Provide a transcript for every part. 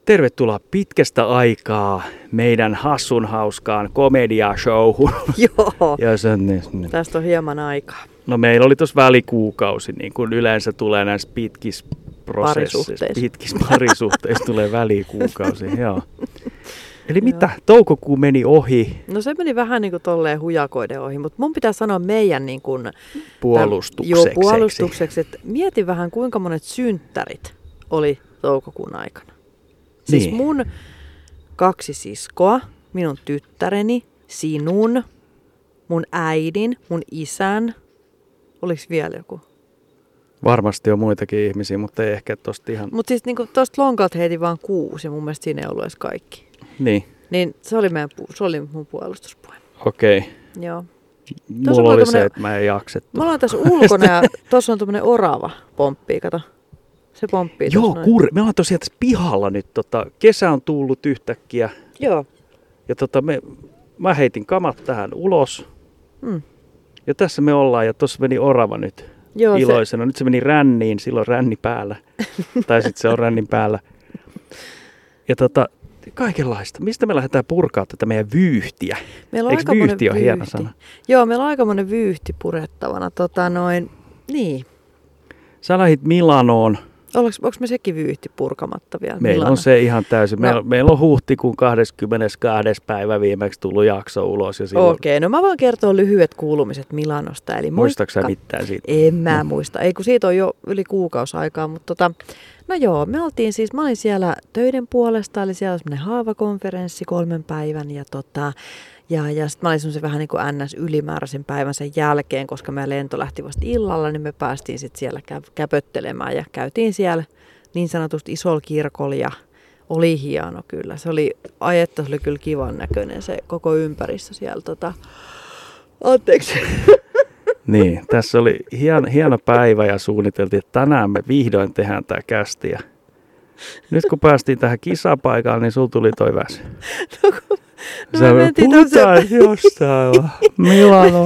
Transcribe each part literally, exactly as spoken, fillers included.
Tervetuloa pitkästä aikaa meidän hassun hauskaan komedia-showhun. Joo, ja sen, niin, tästä on hieman aikaa. No meillä oli tuossa välikuukausi, niin kuin yleensä tulee näissä pitkissä prosesseissa. Pitkissä parisuhteissa tulee välikuukausi, joo. Eli mitä? Toukokuu meni ohi. No se meni vähän niin kuin tolleen hujakoiden ohi, mutta mun pitää sanoa meidän niin kuin, puolustukseksi. Tämän, joo, puolustukseksi, että mieti vähän kuinka monet synttärit oli toukokuun aikana. Siis niin. Mun kaksi siskoa, minun tyttäreni, sinun, mun äidin, mun isän. Oliko vielä joku? Varmasti on muitakin ihmisiä, mutta ei ehkä tosta ihan... Mutta siis niin tosta lonkalta heitin vaan kuusi ja mun mielestä siinä ei ollut edes kaikki. Niin. Niin se oli, meidän, se oli mun puolustuspuhe. Okei. Okay. Joo. Mulla oli se, että mä en jaksettu. Me ollaan tässä ulkona ja tuossa on tommonen orava pomppii, kato. Se pomppii. Joo, kur... me ollaan tosiaan tässä pihalla nyt. Tota, kesä on tullut yhtäkkiä. Joo. Ja tota, me, mä heitin kamat tähän ulos. Mm. Ja tässä me ollaan ja tuossa meni orava nyt. Joo, iloisena. Se... Nyt se meni ränniin, silloin ränni päällä. tai sitten se on rännin päällä. Ja tota, kaikenlaista. Mistä me lähdetään purkaa tätä meidän vyyhtiä? Meillä on Eikö vyyhti ole hieno sana? Joo, meillä on aikamoinen vyyhti purettavana. Tota noin, niin. Sä lähdit Milanoon. Onko me sekin vyyhti purkamatta vielä? Meillä Milano? on se ihan täysin. No. Meillä, meillä on huhtikuun kahdeskymmenestoinen päivä viimeksi tullut jakso ulos. Silloin... Okei, okay, no mä voin kertoa lyhyet kuulumiset Milanosta. Eli Muistatko sä mitään siitä? En mä no. muista. Ei kun siitä on jo yli kuukausi aikaa, mutta tota, no joo, me oltiin siis, mä olin siellä töiden puolesta, eli siellä oli semmoinen haavakonferenssi kolmen päivän ja tota, Ja, ja sitten mä olin semmoisen vähän niin kuin N S-ylimääräisen päivän sen jälkeen, koska meidän lento lähti vasta illalla, niin me päästiin sitten siellä kä- käpöttelemään ja käytiin siellä niin sanotusti isolla kirkolla ja oli hieno kyllä. Se oli, ai että se oli kyllä kivan näköinen se koko ympäristö siellä. Tota... Anteeksi. Niin, tässä oli hieno, hieno päivä ja suunniteltiin, että tänään me vihdoin tehdään tämä kästi. Ja nyt kun päästiin tähän kisapaikalle, niin sulla tuli toi väsy. No, kun... No sä me puhutaan jostain vaan. Milano.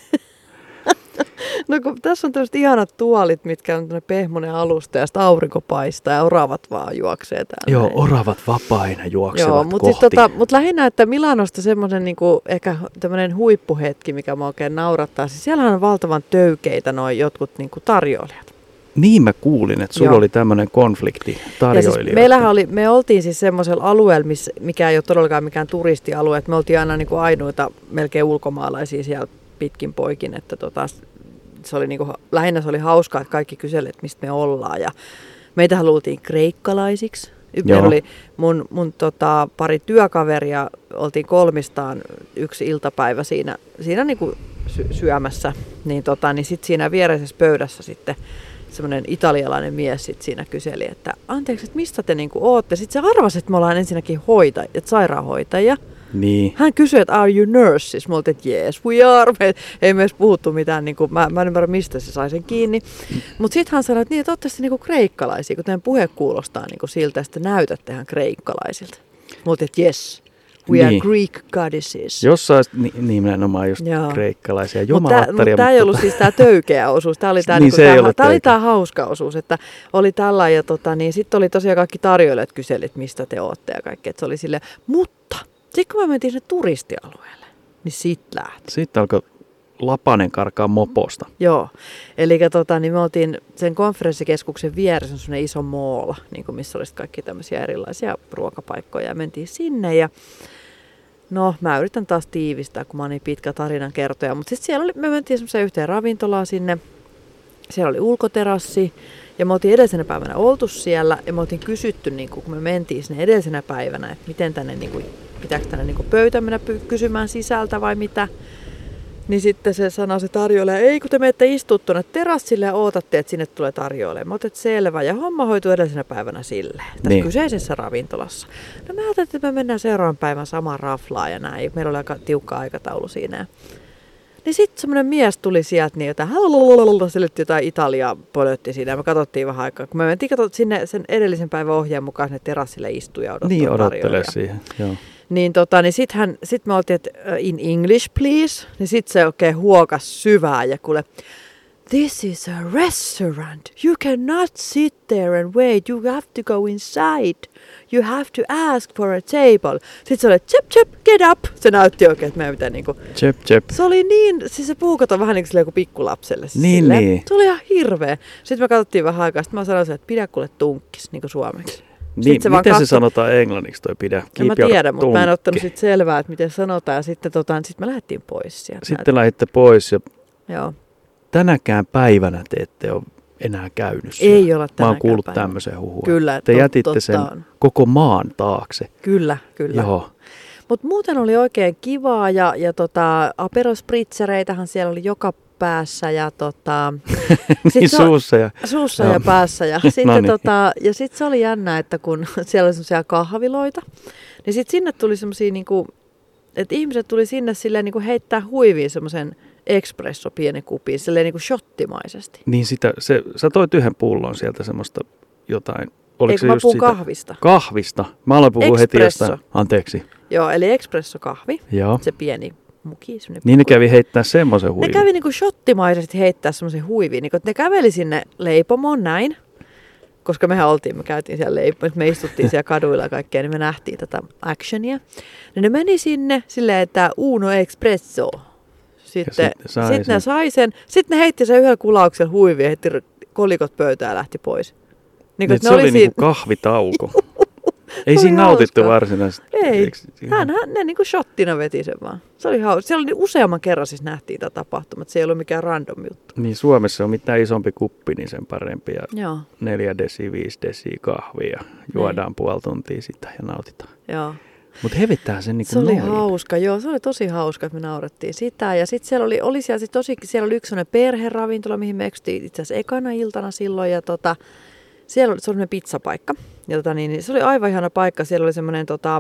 No kun tässä on tämmöiset ihanat tuolit, mitkä on tämmöinen pehmoinen alusta ja sitten aurinko paistaa ja oravat vaan juoksee täällä. Joo, oravat vapaina juoksevat Joo, mutta kohti. Siis tota, mut lähinnä, että Milanosta semmoinen niinku, ehkä tämmöinen huippuhetki, mikä mä oikein naurattaa. Siis siellähän on valtavan töykeitä noi jotkut niinku tarjoilijat. Niin mä kuulin, että sulla Joo. oli tämmöinen konflikti tarjoilijoita. Siis meillähän oli, me oltiin siis semmoisella alueella, missä, mikä ei ole todellakaan mikään turistialue. Että me oltiin aina niinku ainoita melkein ulkomaalaisia siellä pitkin poikin. Että tota, se oli niinku, lähinnä se oli hauskaa, että kaikki kyselivät, että mistä me ollaan. Ja meitähän luultiin kreikkalaisiksi. Meillä oli mun, mun tota, pari työkaveria, oltiin kolmistaan yksi iltapäivä siinä, siinä niinku sy- syömässä. Niin, tota, niin sitten siinä viereisessä pöydässä sitten semmoinen italialainen mies sit siinä kyseli, että anteeksi, että mistä te niinku ootte? Sitten se arvasi, että me ollaan ensinnäkin hoitajia, että sairaanhoitajia. Niin. Hän kysyi, että are you nurses? Me oltiin, että yes, we are. Me ei me edes puhuttu mitään, niinku, mä, mä en ymmärrä, mistä se sai sen kiinni. Mutta sitten hän sanoi, että niin, että ootte sitten niinku kreikkalaisia, kun teidän puhe kuulostaa niinku siltä, että näytätte ihan kreikkalaisilta. Me oltiin, että yes. We niin. are Greek goddesses. Jossain nimenomaan just Joo. kreikkalaisia jumalattaria. Mutta tämä ei ollut siis tämä töykeä osuus. Tämä oli tämä niin niinku, hauska osuus. Että oli tällä ja tota, niin sitten oli tosiaan kaikki tarjoilijat kyselit, mistä te ootte ja kaikki. Että se oli silleen, mutta sitten kun me mentiin sinne turistialueelle, niin sitten lähti. Sitten alkoi Lapanen karkaa moposta. Joo. Eli tota, niin me oltiin sen konferenssikeskuksen vieressä on sellainen iso mall, niin kuin missä olisi kaikki tämmöisiä erilaisia ruokapaikkoja. Ja mentiin sinne ja no mä yritän taas tiivistää, kun mä oon niin pitkä tarinan kertoja. Mutta sitten siellä oli, me mentiin semmoiseen yhteen ravintolaan sinne. Siellä oli ulkoterassi ja me oltiin edellisenä päivänä oltu siellä. Ja me oltiin kysytty, niin kun me mentiin sinne edellisenä päivänä, että miten tänne, niin kuin, pitääkö tänne niin kuin pöytä mennä kysymään sisältä vai mitä. Niin sitten se sanoi se tarjoilija, ei kun te menette istua tuonne terassille ja ootatte, että sinne tulee tarjoilemaan. Mä otet selvä ja homma hoitui edellisenä päivänä silleen, tässä niin. kyseisessä ravintolassa. No mä ajattelin, että me mennään seuraavan päivän samaan raflaan ja näin. Meillä oli aika tiukka aikataulu siinä. Niin sitten semmoinen mies tuli sieltä, niin jotain, selitti jotain Italiaa, polötti siinä ja me katsottiin vähän aikaa. Kun me mentiin katsot sinne sen edellisen päivän ohjeen mukaan sinne terassille istua ja odottaa Niin, odottele siihen, joo. Niin, tota, niin sitten sit me oltiin, että in English please, niin sitten se oikein huokas syvää ja kuule, this is a restaurant. You cannot sit there and wait. You have to go inside. You have to ask for a table. Sitten se oli, chip, chip, get up. Se näytti oikein, että meidän pitää niinku... Chip, chip. Se oli niin, siis se puukato vähän niin kuin joku pikkulapselle. Siis niin, silleen. niin. Se oli ihan hirveä. Sitten me katsottiin vähän aikaa, sitten mä sanoin, että pidä kuule tunkkis, niin kuin suomeksi. Niin, se miten katso... se sanotaan englanniksi toi pidä? En mä tiedä, mutta mä en ottanut sit selvää, että miten sanotaan. Ja sitten tota, sit me lähdettiin pois sieltä. Sitten lähditte pois ja Joo. tänäkään päivänä te ette ole enää käynyt. Ei olla tänäkään Mä oon kuullut päivänä. tämmöisen huhua. Kyllä, te tot, jätitte sen on. koko maan taakse. Kyllä, kyllä. Joo. Mutta muuten oli oikein kivaa ja, ja tota, aperospritzereitähän siellä oli joka päässä ja tota, niin so, suussa ja suussa ja päässä ja sitten no niin. tota, ja sitten se oli jännä, että kun siellä oli semmoisia kahviloita, niin sitten sinne tuli semmoisia niinku, että ihmiset tuli sinne silleen niinku heittää huiviin semmoisen espresso pienen kupiin silleen niinku shottimaisesti. Niin sitä se sä toit yhden pullon sieltä semmoista jotain. Oliko Eikö se mä just puhun sitä? kahvista? Kahvista. Mä aloin puhua heti jostain. Anteeksi. Joo, eli espresso kahvi. Joo. Se pieni muki. Niin ne kävi heittää semmoisen huivin. Ne kävi niinku shottimaisesti heittää semmoisen huivin. Niinku, ne käveli sinne leipomoon näin. Koska mehän oltiin, me käytiin siellä leipomoon, me istuttiin siellä kaduilla ja kaikkea, niin me nähtiin tätä actionia. Niin ne meni sinne silleen, että uno espresso. Sitten, sitten, sitten ne sai sen. Sitten ne heitti sen yhdellä kulauksella huivia ja heitti kolikot pöytään ja lähti pois. Niin, niin, se oli, oli siinä... niinku kahvitauko. Ei siinä nautittu varsinaisesti. Ei. Hän, hän ne niinku shottina veti sen vaan. Se oli hauska. Siellä oli useamman kerran siis nähtiin tätä tapahtumaa. Se ei ollut mikään random juttu. Niin Suomessa on mitään isompi kuppi, niin sen parempi. Ja Joo. neljä desi, viisi desi kahvia ja juodaan Ei. puoli tuntia sitä ja nautitaan. Joo. Mutta hevittää sen niinku Se oli noin. hauska, joo, se oli tosi hauska, että me naurettiin sitä. Ja sitten siellä oli, oli siellä, sit tosi, siellä oli yksi sellainen perheravintola, mihin me eksyttiin itse asiassa ekana iltana silloin. Ja tota, siellä oli semmoinen pizzapaikka. Ja tota, niin, se oli aivan ihana paikka. Siellä oli semmoinen tota,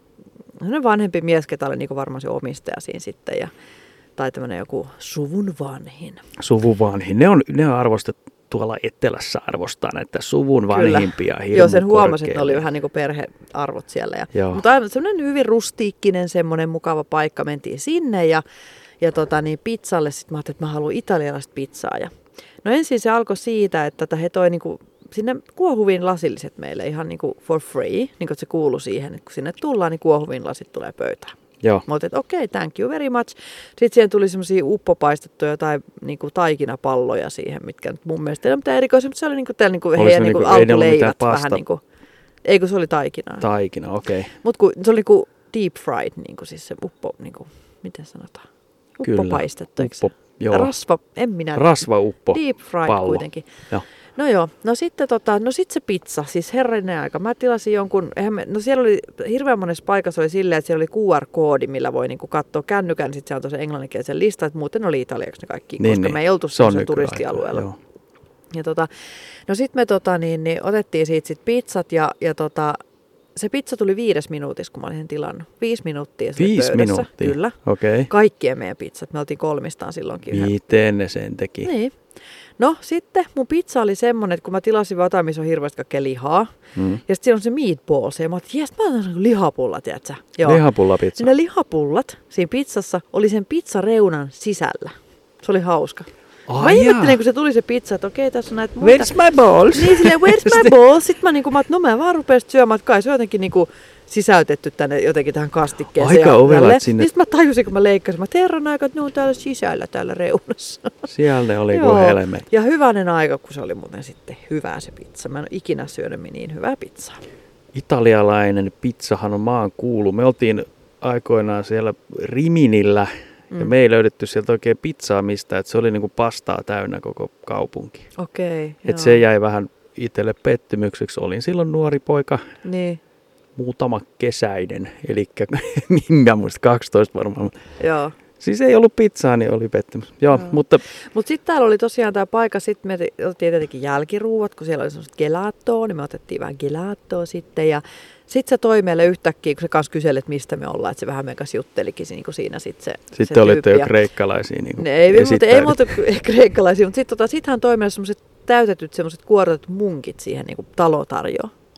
vanhempi mies, ketä oli niinku varmaan se omistaja siinä sitten. Ja, tai tämmöinen joku suvun vanhin. Suvun vanhin. Ne on, ne on arvostettu. Tuolla etelässä arvostaa näitä suvun vanhimpia hirmu Joo, sen huomasin, että oli vähän niin kuin perhearvot siellä. Ja, mutta aivan semmoinen hyvin rustiikkinen, semmoinen mukava paikka. Mentiin sinne ja, ja tota, niin pizzalle sitten mä ajattelin, että mä haluan italialaista pizzaa. Ja, no ensin se alkoi siitä, että he toi niin kuin, sinne kuohuviin lasilliset meille ihan niin kuin for free. Niin kuin, että se kuului siihen, että kun sinne tullaan, niin kuohuviin lasit tulee pöytään. Joo. Mä oltiin, että okei, okay, thank you very much. Sitten siihen tuli semmoisia uppopaistettuja tai niinku taikinapalloja siihen, mitkä nyt mun mielestä ei ole mitään erikoisia, mutta se oli niinku täällä niinku heidän niinku niinku, alkuleivät vähän niinku, ei kun se oli taikinaa. Taikina, okei. Okay. Mutta se oli niinku deep fried, niinku siis se uppo, niinku, miten sanotaan, uppopaistettu. Uppo, joo. Rasva, en minä. Rasva uppo. Deep fried pallo. Kuitenkin. Joo. No joo, no sitten tota, no sit se pizza, siis herranen aika. Mä tilasin jonkun, me, no siellä oli hirveän monessa paikassa oli silleen, että siellä oli Q R-koodi, millä voi niinku katsoa kännykän, niin sitten se antoi sen englanninkielisen listan, että muuten oli italiaksi ne kaikki, niin, koska niin. me ei oltu se turistialueella. Joo. Ja tota, no sitten me tota, niin, niin, otettiin siitä sit pizzat ja, ja tota, se pizza tuli viides minuutissa, kun mä olin sen tilannut. Viisi minuuttia se Viisi pöydässä. minuuttia? Kyllä. Okay. Kaikkien meidän pizzat. Me oltiin kolmistaan silloinkin. Miten ne sen teki? Niin. No sitten mun pizza oli semmonen, että kun mä tilasin jotain, missä on hirveästi kaikkea lihaa. Mm. Ja sitten siinä on se meatballs. Ja mä otin, jes, mä otan lihapulla, tiedätkö? Lihapullapizza. Ne lihapullat siinä pizzassa oli sen pizzareunan sisällä. Se oli hauska. Oh, mä ihmettelin, kun se tuli se pizza, että okei, tässä on näitä muita. Where's my balls? Niin silleen, where's my balls? Sitten mä niinku, mä, no mä vaan rupesin syömään, että kai se on jotenkin niinku sisäytetty tänne jotenkin tähän kastikkeeseen. Aika ovelat sinne. Niin sitten mä tajusin, kun mä leikkasin, mä herran aika, että ne on täällä sisällä täällä reunassa. Siellä ne oli kuin helmet. Ja hyvänen aika, kun se oli muuten sitten hyvää se pizza. Mä en ole ikinä syönyt niin hyvää pizzaa. Italialainen pizzahan on maan kuulu. Me oltiin aikoinaan siellä Riminillä. Mm. Ja me ei löydetty sieltä oikein pizzaa mistään, että se oli niinku pastaa täynnä koko kaupunki. Okei, okay, että se jäi vähän itselle pettymykseksi. Olin silloin nuori poika, niin. muutama kesäinen, eli minä muista kaksitoista varmaan. Joo. Siis ei ollut pizzaa, niin oli pettymys. Joo, Joo. mutta... Mutta sitten täällä oli tosiaan tämä paikka, sitten me otettiin tietenkin jälkiruuat, kun siellä oli semmoista gelatoa, niin me otettiin vähän gelatoa sitten ja sitten se toi meille yhtäkkiä, kun se kanssa kyseli, että mistä me ollaan, että se vähän meidän kanssa juttelikin niin kuin siinä sitten se Sitten se olitte jo kreikkalaisia niin kuin ei, mutta ei muuta kreikkalaisia, mutta sitten tota, sit hän toi meille semmoiset täytetyt, semmoiset kuorotetut munkit siihen niin kuin talo tarjoaa.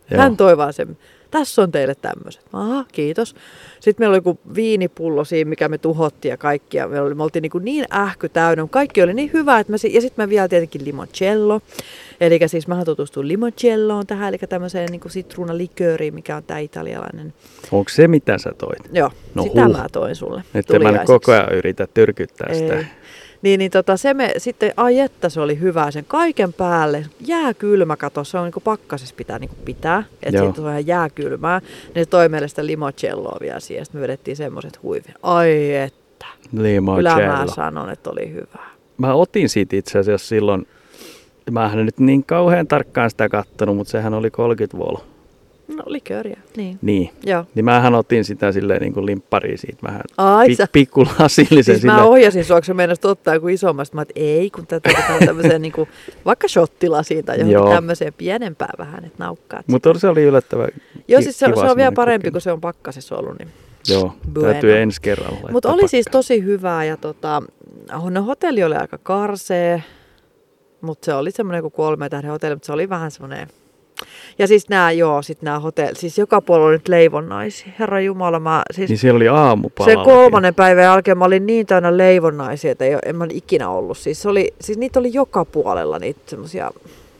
Joo. Hän toi vaan sen, tässä on teille tämmöiset. Aha, kiitos. Sitten meillä oli joku viinipullo siinä, mikä me tuhottiin ja kaikkia. Me, oli, me oltiin niin, niin ähky täynnä. Kaikki oli niin hyvä, että mä, ja sitten mä vielä tietenkin limoncello. Eli siis mähän tutustuin limoncelloon tähän, eli tämmöiseen niin sitruunalikööriin, mikä on tämä italialainen. Onko se mitä sä toit? Joo, no, sitä huh. mä toin sulle. Että mä nyt koko ajan yritän tyrkyttää Ei. sitä. Niin, niin tota, se me sitten, ai että se oli hyvä sen kaiken päälle. Jääkylmä, kato, se on niin kuin pakkasessa pitää niin kuin pitää. Että sitten on ihan jääkylmää. Niin se toi meille sitä limoncelloa vielä siihen. Sitten me vedettiin semmoiset huivit. Ai että. Limoncello. Kyllä mä sanon, että oli hyvä. Mä otin siitä itse asiassa silloin. Mä en nyt niin kauhean tarkkaan sitä kattonut, mutta sehän oli kolmekymmentä vol. No likööriä, niin. Niin. Joo. Niin mähän otin sitä silleen niin kuin limppariin siitä vähän pik- pikkulasillisen. Siis mä ohjasin sua, kun sä meinasit ottaa joku isommasta. Mä et, ei, kun tätä otetaan tämmöiseen niin kuin, vaikka shottilasiin tai johonkin tämmöiseen pienempään vähän, että naukkaat. Mutta se oli yllättävän ki- Joo, siis se, se on vielä parempi, kokemus. Kun se on pakkasessa ollut. Niin joo, bueno. Täytyy ensi kerralla. Mutta oli pakkaan. Siis tosi hyvää ja tota, no hotelli oli aika karsee. Mutta se oli semmoinen kuin kolme tähden hotelli, mutta se oli vähän semmoinen. Ja siis nämä, joo, sitten nämä hotelli, siis joka puolella oli nyt leivonnaisia. Herra Jumala, mä siis. Niin siellä oli aamupalalla. Se kolmannen päivän jälkeen mä olin niin täynnä leivonnaisia, että ei, en mä ikinä ollut. Siis, oli, siis niitä oli joka puolella niitä semmoisia.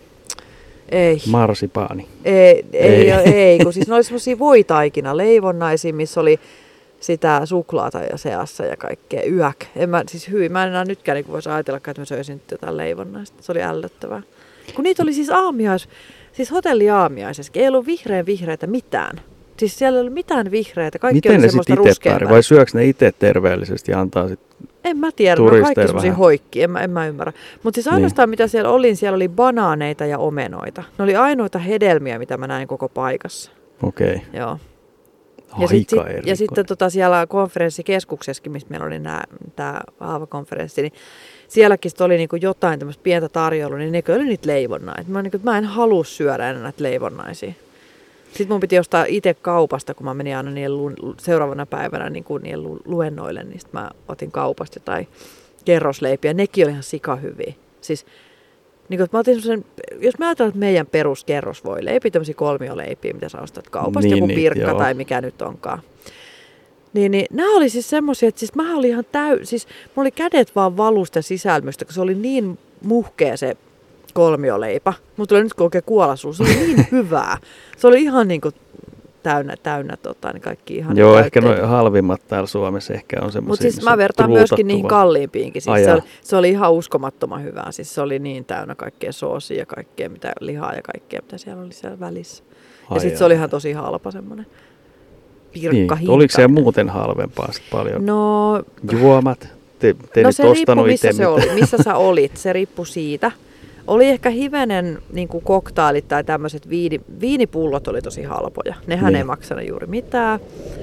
Ei. Marsipaani. Ei, ei, ei, ei kun siis ne oli semmoisia voitaikina leivonnaisia, missä oli sitä suklaata ja seassa ja kaikkea yök. En mä, siis hyvin, mä en enää nytkään niin voisi ajatella, että mä söisin nyt jotain leivonnaista. Se oli ällöttävää. Kun niitä oli siis aamiais, siis hotelliaamiaisessakin, ei ollut vihreän vihreitä mitään. Siis siellä ei ollut mitään vihreitä, kaikki miten oli ne semmoista ruskeaa. Vai syöks ne itse terveellisesti ja antaa sit en mä tiedä, ne on kaikki semmoisia hoikkia, en mä, en mä ymmärrä. Mutta siis ainoastaan niin. Mitä siellä oli, siellä oli banaaneita ja omenoita. Ne oli ainoita hedelmiä, mitä mä näin koko paikassa. Okei. Okay. Joo. Ja, sit, sit, ja sitten tota siellä konferenssikeskuksessakin, mistä meillä oli tämä Aava-konferenssi, niin sielläkin oli niinku jotain tämmöistä pientä tarjoilua, niin ne oli niitä leivonnaita. Mä, niinku, mä en halua syödä enää näitä leivonnaisia. Sitten mun piti ostaa itse kaupasta, kun mä menin aina niiden lu- seuraavana päivänä niin kuin niiden lu- luennoille, niin sitten mä otin kaupasta jotain kerrosleipiä. Nekin oli ihan sikahyviä. Siis, niin kuin, mä otin jos me ajatellaan, että meidän peruskerrosvoileipiä, tämmöisiä kolmioleipiä, mitä sä ostat kaupasta, niin, joku niin, pirkka joo. Tai mikä nyt onkaan. Niin, niin nämä oli siis semmoisia, että siis mä olin ihan täy... Siis mulla oli kädet vaan valusta sisälmystä, kun se oli niin muhkea se kolmioleipä. Mulla tuli nyt oikein kuolasuu. Se oli niin hyvää. Se oli ihan niin kuin täynnä, täynnä tota, niin kaikki ihan. Joo, täytteet. Ehkä noin halvimmat täällä Suomessa ehkä on semmoisia. Mutta siis mä vertaan myöskin niihin kalliimpiinkin. Siis se, oli, se oli ihan uskomattoman hyvää. Siis se oli niin täynnä kaikkea soosia ja kaikkea mitä, lihaa ja kaikkea, mitä siellä oli siellä välissä. Ai ja sitten se oli ihan tosi halpa semmoinen pirkka niin, oliko se muuten halvempaa sitten paljon? No, juomat? Te, te no se riippui missä se oli, missä sä olit. Se riippui siitä. Oli ehkä hivenen niin kuin koktailit tai tämmöiset viini, viinipullot oli tosi halpoja. Nehän niin. Ei maksanut juuri mitään.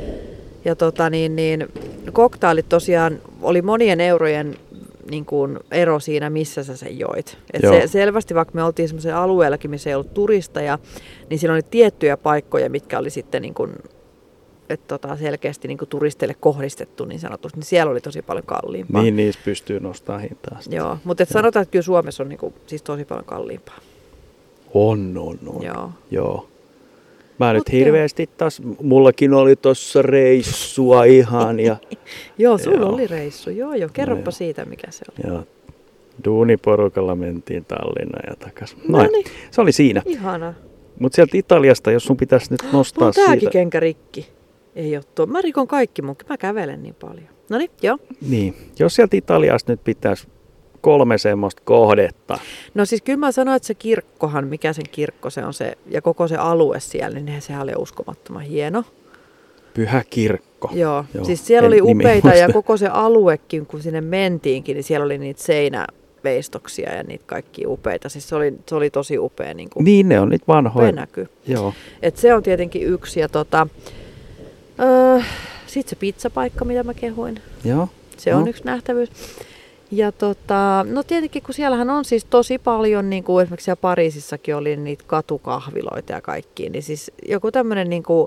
Ja tota niin, niin koktailit tosiaan oli monien eurojen niin kuin ero siinä, missä sä sen joit. Et se, selvästi vaikka me oltiin semmoisella alueellakin, missä ei ollut turisteja, niin siinä oli tiettyjä paikkoja, mitkä oli sitten niin kuin, et tota selkeästi niin kuin turisteille kohdistettu niin sanotusti, niin siellä oli tosi paljon kalliimpaa. Niin, niissä pystyy nostamaan hintaa. Joo, mutta et sanotaan, että kyllä Suomessa on niin kuin, siis tosi paljon kalliimpaa. On, on, on. Joo. Joo. Mä nyt Mut hirveästi taas, mullakin oli tossa reissua ihan. Ja, joo, sulla joo. oli reissu, joo joo, kerropa no, siitä mikä se oli. Joo. Duuniporukalla mentiin Tallinnaan ja takas. Noin, no niin. Se oli siinä. Ihanaa. Mutta sieltä Italiasta, jos sun pitäisi nyt nostaa siitä. Tääkin kenkä rikki. Ei ole tuo. Mä rikon kaikki mun, mä kävelen niin paljon. Noniin, joo. Niin, jos sieltä Italiasta nyt pitäisi kolme semmoista kohdetta. No siis kyllä mä sanoin, että se kirkkohan, mikä sen kirkko se on se, ja koko se alue siellä, niin sehän oli uskomattoman hieno. Pyhä kirkko. Joo, joo. Siis siellä en oli upeita ja koko se aluekin, kun sinne mentiinkin, niin siellä oli niitä seinäveistoksia ja niitä kaikkia upeita. Siis se oli, se oli tosi upea. Niin, kuin niin ne on niitä vanhoja. Näky. Joo. Et se on tietenkin yksi. Ja tota, öö, sitten se pizzapaikka, mitä mä kehuin. Joo. Se no. on yksi nähtävyys. Ja tota, no tietenkin, kun siellähän on siis tosi paljon, niin kuin esimerkiksi siellä Pariisissakin oli niitä katukahviloita ja kaikkia, niin siis joku tämmöinen niin kuin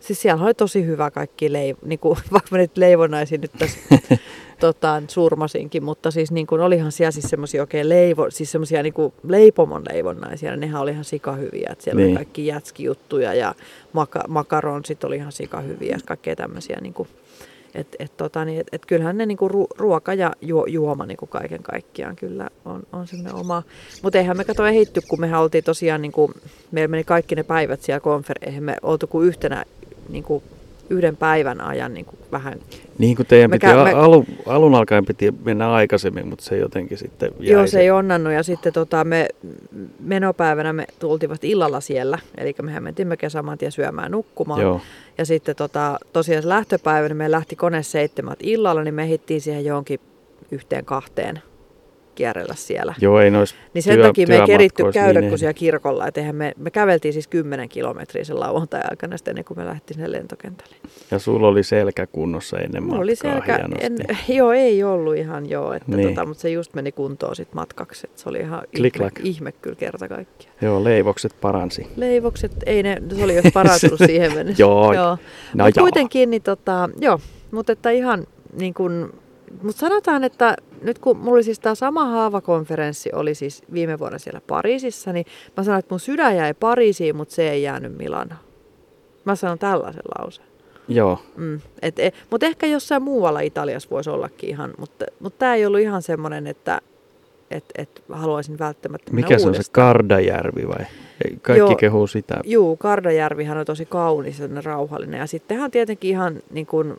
Siis siellä oli tosi hyvä kaikki, leiv- niinku, vaikka mä nyt leivonaisin nyt tässä tota, surmasinkin, mutta siis niin kuin, olihan siellä siis semmoisia oikein leivo, siis semmoisia niin kuin leipomon leivonnaisia, ja nehän oli ihan sikahyviä, että siellä niin. oli kaikki jätskijuttuja ja maka- makaronsit oli ihan sikahyviä, kaikkea tämmöisiä niin kuin, että et, tota, niin, et, et kyllähän ne niinku ru- ruoka ja ju- juoma niinku kaiken kaikkiaan kyllä on, on semmoinen oma. Mutta eihän me kato ehitty, kun mehän oltiin tosiaan, niinku, meillä meni kaikki ne päivät siellä konfer- eihän me oltu kuin yhtenä niinku, yhden päivän ajan niinku, vähän. Niin kuin teidän me piti, kä- me, alu, alun alkaen piti mennä aikaisemmin, mutta se jotenkin sitten jäi. Joo, se ei onnannut ja sitten tota, me menopäivänä me tultiin vasta illalla siellä, eli mehän mentiin mökeen saman tien syömään nukkumaan. Joo. Ja sitten tota, tosiaan lähtöpäivänä me lähti kone seitsemät illalla, niin me ehdittiin siihen johonkin yhteen kahteen kierrellä siellä. Joo, ei nois niin sen työ, takia me ei keritty käydä niin kuin siellä kirkolla. Et me, me käveltiin siis kymmenen kilometriä sen lauantai-aikana sitten ennen kuin me lähtiin sinne lentokentälle. Ja sulla oli selkä kunnossa ennen matkaa oli selkä, en, joo, ei ollut ihan joo, että niin. tota, mutta se just meni kuntoon sit matkaksi. Se oli ihan ihme, ihme kyllä kerta kaikkiaan. Joo, leivokset paransi. Leivokset, ei ne, se oli jo parantunut siihen mennessä. joo, joo. No mutta kuitenkin, niin tota, joo, mutta että ihan niin kuin, mutta sanotaan, että nyt kun mulla oli siis tämä sama haavakonferenssi oli siis viime vuonna siellä Pariisissa, niin mä sanoin, että mun sydän jäi Pariisiin, mutta se ei jäänyt Milanoon. Mä sanon tällaisen lauseen. Joo. Mm, et, et, mutta ehkä jossain muualla Italiassa voisi ollakin ihan, mutta, mutta tämä ei ollut ihan semmoinen, että et, et haluaisin välttämättä mennä Mikä se uudestaan. on se Kardajärvi vai? Kaikki Joo, kehuu sitä. Juu, Kardajärvihän on tosi kaunis ja rauhallinen ja sittenhän tietenkin ihan niin kuin.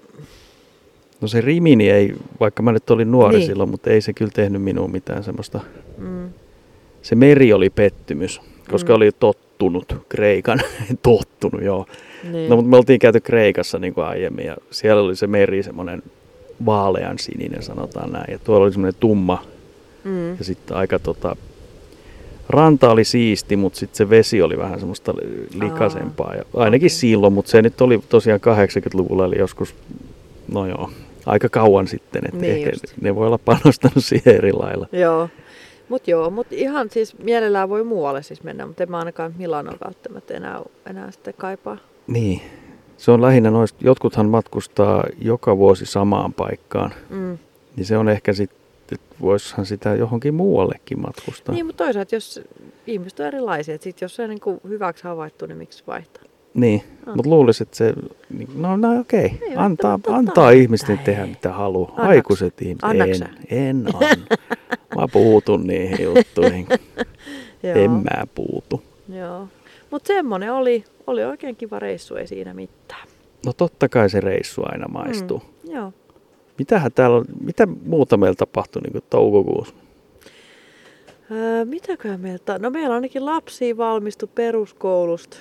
No se Rimini ei, vaikka mä nyt olin nuori niin. silloin, mutta ei se kyllä tehnyt minuun mitään semmoista. Mm. Se meri oli pettymys, koska mm. oli tottunut Kreikan, tottunut joo. Niin. No mutta me oltiin käyty Kreikassa niin kuin aiemmin ja siellä oli se meri semmoinen vaalean sininen sanotaan näin. Ja tuolla oli semmoinen tumma mm. ja sitten aika tota, ranta oli siisti, mutta sitten se vesi oli vähän semmoista likaisempaa. Ja ainakin okay. silloin, mutta se nyt oli tosiaan kahdeksankymmentäluvulla eli joskus, no joo, aika kauan sitten. Että niin ehkä just. Ne voi olla panostanut siihen eri lailla. Joo. Mutta joo, mutta ihan siis mielellään voi muualle siis mennä, mutta en mä ainakaan Milanoon välttämättä enää, enää sitten kaipaa. Niin, se on lähinnä noista, jotkuthan matkustaa joka vuosi samaan paikkaan, mm. niin se on ehkä sitten, että voisihan sitä johonkin muuallekin matkustaa. Niin, mutta toisaalta jos ihmiset on erilaisia, että sit jos se on niin kuin hyväksi havaittu, niin miksi vaihtaa? Niin, no. Mutta luulisin, että se, no, no okei, okay. antaa, antaa ihmisten ei. tehdä mitä haluaa. Aikuiset ihmiset, Annaksä? en, en anna. Mä puutun niihin juttuihin. En mä puutu. Joo, mutta semmoinen oli, oli oikein kiva reissu, ei siinä mitään. No totta kai se reissu aina maistuu. Mm, joo. Mitähän täällä on, mitä muuta meillä tapahtui niin kuin toukokuussa? Öö, mitäköhän meiltä? No meillä ainakin lapsia valmistui peruskoulusta.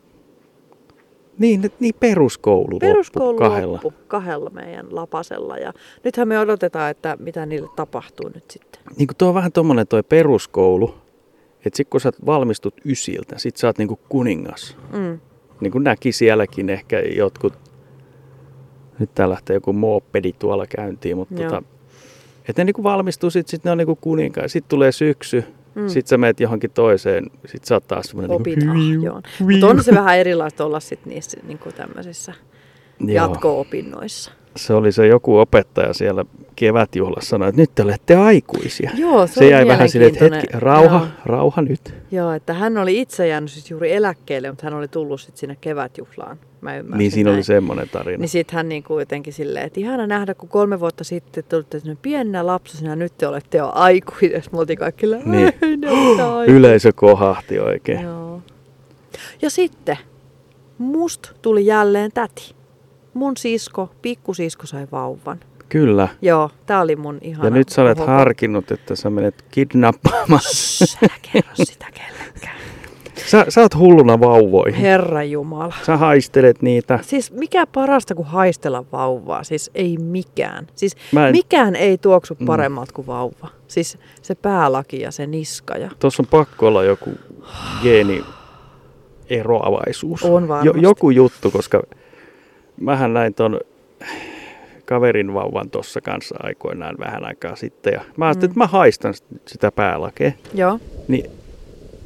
Niin, niin peruskoulu, peruskoulu loppu kahdella. loppu kahdella meidän lapasella. Ja nythän me odotetaan, että mitä niille tapahtuu nyt sitten. Niin kuin tuo on vähän tommonen toi peruskoulu, että sit kun sä valmistut ysiltä, sit sä oot niinku kuningas. Mm. Niin kuin näki sielläkin ehkä jotkut, nyt tää lähtee joku moopedi tuolla käyntiin, mutta tota, että ne niinku valmistuu, sit, sit ne on niinku kuninkaan. Sit tulee syksy, mm. sit sä meet johonkin toiseen, sit sä oot taas semmonen niinku mutta on se vähän erilaista olla sit niissä niinku tämmöisissä jatko-opinnoissa. Se oli se joku opettaja siellä kevätjuhlassa sanoi, että nyt te olette aikuisia. Joo, se, se jäi vähän silleen, että hetki, rauha, Joo. rauha nyt. Joo, että hän oli itse jäänyt siis juuri eläkkeelle, mutta hän oli tullut sitten sinne kevätjuhlaan. Mä ymmärsin niin siinä näin. Oli semmoinen tarina. Niin sitten hän niin kuitenkin silleen, että ihana nähdä, kun kolme vuotta sitten te olitte pienenä lapsena, nyt te olette jo aikuisia. Me oltiin kaikki niin. Yleisö kohahti oikein. Joo. Ja sitten musta tuli jälleen täti. Mun sisko, pikkusisko sai vauvan. Kyllä. Joo, tää oli mun ihana. Ja nyt sä olet hoko. harkinnut, että sä menet kidnappaamaan. Shhh, älä kerro sitä kellekään. Sä, sä oot hulluna vauvoihin. Herra Jumala. Sä haistelet niitä. Siis mikä parasta kuin haistella vauvaa? Siis ei mikään. Siis en... mikään ei tuoksu paremmalta kuin vauva. Siis se päälaki ja se niska. Ja... Tuossa on pakko olla joku geeni eroavaisuus. On varmasti. Jo, joku juttu, koska mähän näin ton kaverin vauvan tuossa kanssa aikoinaan vähän aikaa sitten. Ja mä ajattelin, mm. että mä haistan sitä päälakea. Joo. Niin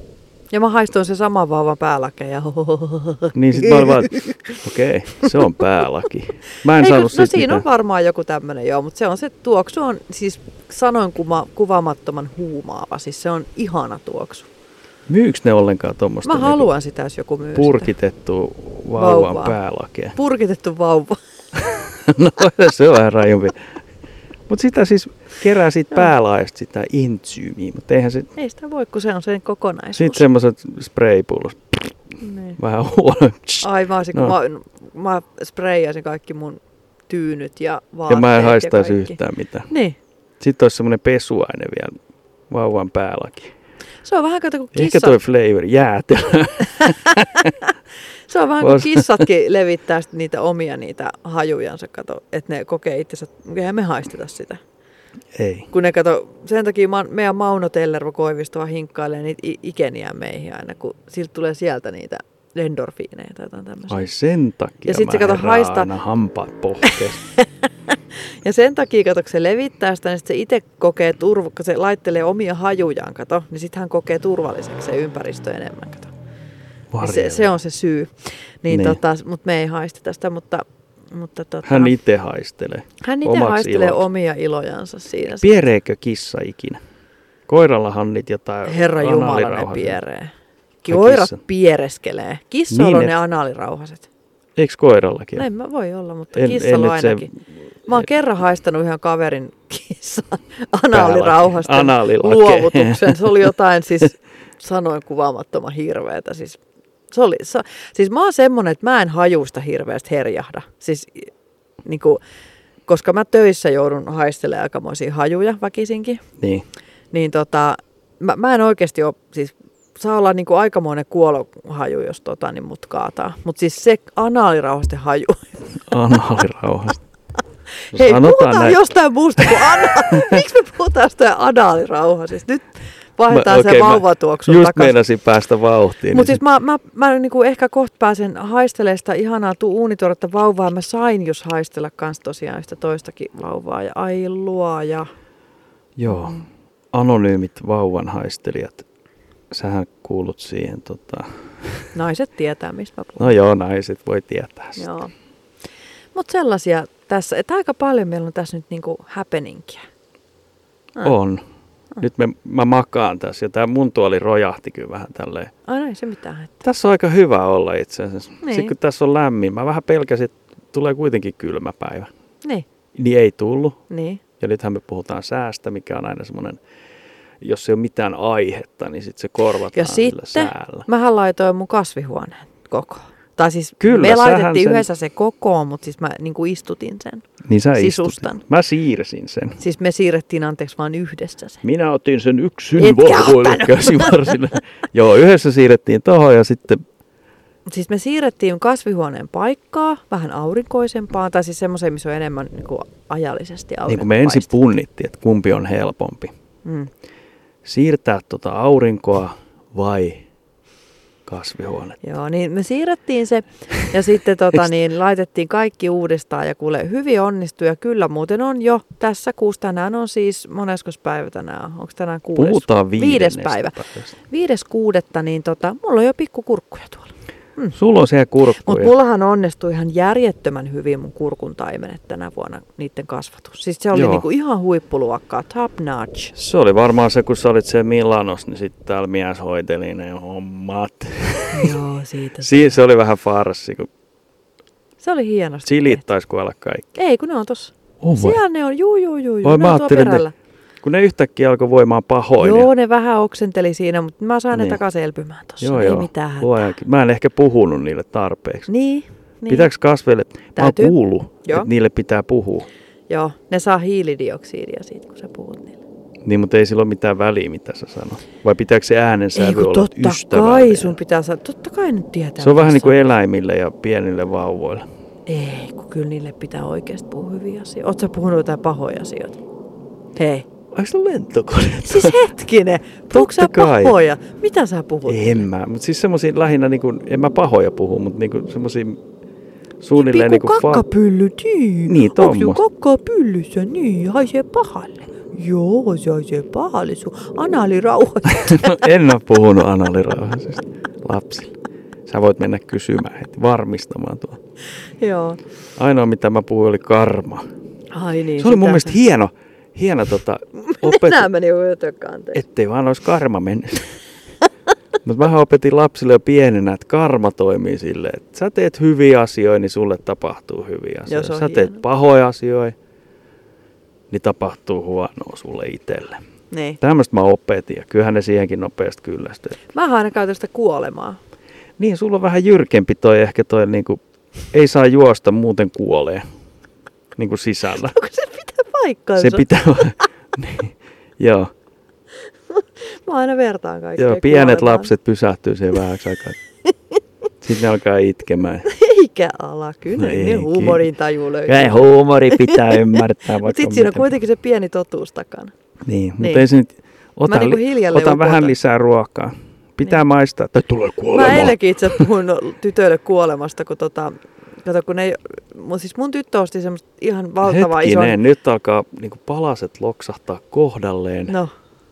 Ja mä haistoin se sama vauvan päälake. Ja... Niin sit mä olin vaan, okei, okay, se on päälaki. Mä en Eikö, saanut no siitä siinä mitään. on varmaan joku tämmönen, joo, mutta se on se tuoksu on siis sanoin kuva, kuvaamattoman huumaava. Siis se on ihana tuoksu. Myyks ne ollenkaan tuommoista Mä haluan sitä, jos joku myy purkitettua vauvan Vauvaa. päälakea? Purkitettu vauva. No se on vähän rajumpi. Mutta sitä siis kerää siitä päälaajasta sitä intsyymiä, mutta eihän se... Ei sitä voi, kun se on sen kokonaisuus. Sitten semmoiset spraypullot. Niin. Vähän huono. Aivan, kun No. mä, mä sprayaisin kaikki mun tyynyt ja vaatteet Ja mä en haistaisi kaikki. yhtään mitään. Niin. Sitten olisi semmoinen pesuaine vielä vauvan päälaki. Se on vähän kato kuin Ehkä kissa. toi flavor, jäätelö. Se on vähän kuin Vois- kissatkin levittää sit niitä omia niitä hajujansa, kato, että ne kokee itsensä, eihän me haisteta sitä. Ei. Kun ne kato, sen takia ma- meidän Mauno Tellervo Koivisto vaan hinkkailee niitä i- ikeniä meihin aina, kun siltä tulee sieltä niitä endorfiineja tai jotain tämmöisiä. Ai sen takia Ja sit mä se kato herään haistaa- aina hampaat pohkeessa. Ja sen takia, kato, kun se levittää sitä, niin sit se itse kokee, turv- kun se laittelee omia hajujaan, kato, niin sitten hän kokee turvalliseksi se ympäristö enemmän, kato. Niin se, se on se syy. Niin, Niin. Tota, mutta me ei haisteta sitä, mutta... mutta tota, Hän itse haistelee. hän itse omaksi haistelee iloksi. omia ilojansa siinä. Piereekö kissa ikinä? Koirallahan niitä jotain Herra Jumala, ne anaalirauhasia. pieree. Ai Koirat kissa. piereskelee. Kissoilla Niin on ne- ne anaalirauhaset. Eikö koirallakin? Näin mä voi olla, mutta En- kissalla en on nyt se- ainakin. Mä oon kerran haistanut ihan kaverin kissan anaalirauhasten Anaalilake. luovutuksen. Se oli jotain siis sanoin kuvaamattoman hirveetä. Siis, se oli, sa, siis mä oon semmonen, että mä en hajusta hirveästi herjahda. Siis, niinku, koska mä töissä joudun haistelemaan aikamoisia hajuja väkisinkin. Niin. Niin tota, mä, mä en oikeasti ole, siis saa olla niinku aikamoinen kuolohaju, jos tota, niin mut kaataa. Mutta siis se anaalirauhasten haju. Anaalirauhasta. Hei, Sanotaan puhutaan näin. jostain muusta kuin ana. Miksi me puhutaan jostain anaalirauhasista? Nyt vaihdetaan Mä- se okei, mä vauvatuoksun Just takaisin. meinasin päästä vauhtiin. Mutta niin siis mä, mä, mä niinku ehkä kohta pääsen haistelemaan sitä ihanaa tuu uunituoretta vauvaa. Mä sain jos haistella kans tosiaan sitä toistakin vauvaa. Ja ai luoja. Joo. Anonyymit vauvanhaistelijat. Sähän kuulut siihen. Tota... Naiset tietää, mistä mä puhun. No joo, naiset voi tietää sitä. Joo. Mutta sellaisia tässä, että aika paljon meillä on tässä nyt niinku happeningia. Ah. On. Nyt me, mä makaan tässä ja tää mun tuoli rojahti kyllä vähän tälleen. Ai ei se mitään. Että. Tässä on aika hyvä olla itse asiassa. Niin. Sitten kun tässä on lämmin, mä vähän pelkäsin, että tulee kuitenkin kylmä päivä. Niin, Niin ei tullut. niin. Ja nythän me puhutaan säästä, mikä on aina semmoinen, jos ei ole mitään aihetta, niin sitten se korvataan Ja sillä sitten säällä. mähän laitoin mun kasvihuoneen kokoon. Tai siis Kyllä, me sähän laitettiin sen- yhdessä se kokoon, mutta siis mä niinku istutin sen. Niin sä sisustan. istutit. Mä siirsin sen. Siis me siirrettiin anteeksi vaan yhdessä se. Minä otin sen yksin Etkä vahvoille ottanut. käsivarsille. Joo, yhdessä siirrettiin tohon ja sitten, Siis me siirrettiin kasvihuoneen paikkaa vähän aurinkoisempaan, tai siis semmoiseen, missä on enemmän niinku ajallisesti aurinko. niin kuin me ensin punnittiin, että kumpi on helpompi. Mm. Siirtää tuota aurinkoa vai kasvihuonetta. Joo, niin me siirrettiin se ja sitten tota, niin, laitettiin kaikki uudestaan ja kuule, hyvin onnistui ja kyllä muuten on jo tässä kuussa. Tänään on siis, moneskos päivä tänään on? Onko tänään kuudes? Puhutaan Viides viidennestä päivä. päivästä. Viides kuudetta, niin tota, mulla on jo pikkukurkkuja tuolla. Sulla on siellä kurkkuja. Mutta mullahan onnistui ihan järjettömän hyvin mun kurkun taimenet tänä vuonna, niiden kasvatus. Siis se oli Joo. niinku ihan huippuluokkaa, top notch. Se oli varmaan se, kun sä olit siellä Milanos, niin sitten täällä mies hoiteli ne hommat. Joo, siitä. Siinä se oli vähän farssi, kun Se oli hienosti. chilit tehty. taisi kuolla kaikki. Ei, kun ne on tossa. On vai? Siellä ne on, juu, juu, juu, juu. Oi, Ne mä on tuolla ajattelin, perällä. Kun ne yhtäkkiä alkoi voimaan pahoin. Joo, ja... ne vähän oksenteli siinä, mutta mä sain Niin. ne takaisin elpymään tossa. Joo, Ei joo. mitään hätää. Luojakin. Mä en ehkä puhunut niille tarpeeksi. Niin, niin. Pitääkö kasveille, mä oon Täytyy. kuullut, Joo. että niille pitää puhua. Joo, ne saa hiilidioksidia siitä, kun sä puhut niille. Niin, mutta ei sillä ole mitään väliä, mitä sä sanot. Vai pitääkö se äänen Ei sävy kun olla totta ystävällinen? kai sun pitää saada, totta kai nyt tietää. Se on mitä vähän niin kuin sanoo. eläimille ja pienille vauvoille. Ei, kun kyllä niille pitää oikeasti puhua hyviä asioita. Ootko sä puhunut jotain pahoja asioita? Hei. Onko se lentokone? Siis hetkinen, puhuuko sä kai. pahoja? Mitä sä puhut? En mä, mutta siis semmosia lähinnä, niin kuin, en mä pahoja puhu, mutta niin kuin semmosia suunnilleen niin Pikku kuin... kakkapylly, niin. Niin, Onko jo tommosta. kakkapyllyssä, niin, haisee pahalle. Joo, se on se paljon. Anaalirauhasesta. No, en ole puhunut anaalirauhasesta lapsille. Sä voit mennä kysymään heti, varmistamaan tuon. Joo. Ainoa mitä mä puhuin oli karma. Ai niin. Se oli mun mielestä hieno, hieno tota, opet... Nämä meni jo jotenkaan. Ettei vaan olisi karma mennyt. Mutta mä opetin lapsille jo pienenä, että karma toimii silleen, että sä teet hyviä asioita, niin sulle tapahtuu hyviä asioita. Sä hieno. Teet pahoja asioita, niin tapahtuu huonoa sulle itselle. Niin. Tämmöistä mä opetin ja kyllähän ne siihenkin nopeasti kyllästyy. Mä aina käytän sitä kuolemaa. Niin, sulla on vähän jyrkempi toi ehkä toi, niinku, ei saa juosta, muuten kuolee. Niin kuin sisällä. Onko se pitää paikkaansa? Se pitää, niin, joo. Mä aina vertaan kaikkea. Joo, pienet kuolemaan. Lapset pysähtyy siihen vähäksi aikaa. Sitten ne alkaa itkemään. Eikä ala, kyllä no ne huumorin taju löytyy. Ei, huumori pitää ymmärtää. Mutta sitten siinä on kuitenkin se pieni totuus takana. Niin, niin. Mutta ei se nyt, ota, niin ota vähän lisää ruokaa. Pitää niin. Maistaa, että tulee kuolemaan. Mä eilenkin itse puhuin tytöille kuolemasta, kun tota, kato, kun ne, siis mun tyttö osti semmoista ihan valtavaa ison... Hetkinen, nyt alkaa niinku palaset loksahtaa kohdalleen. No.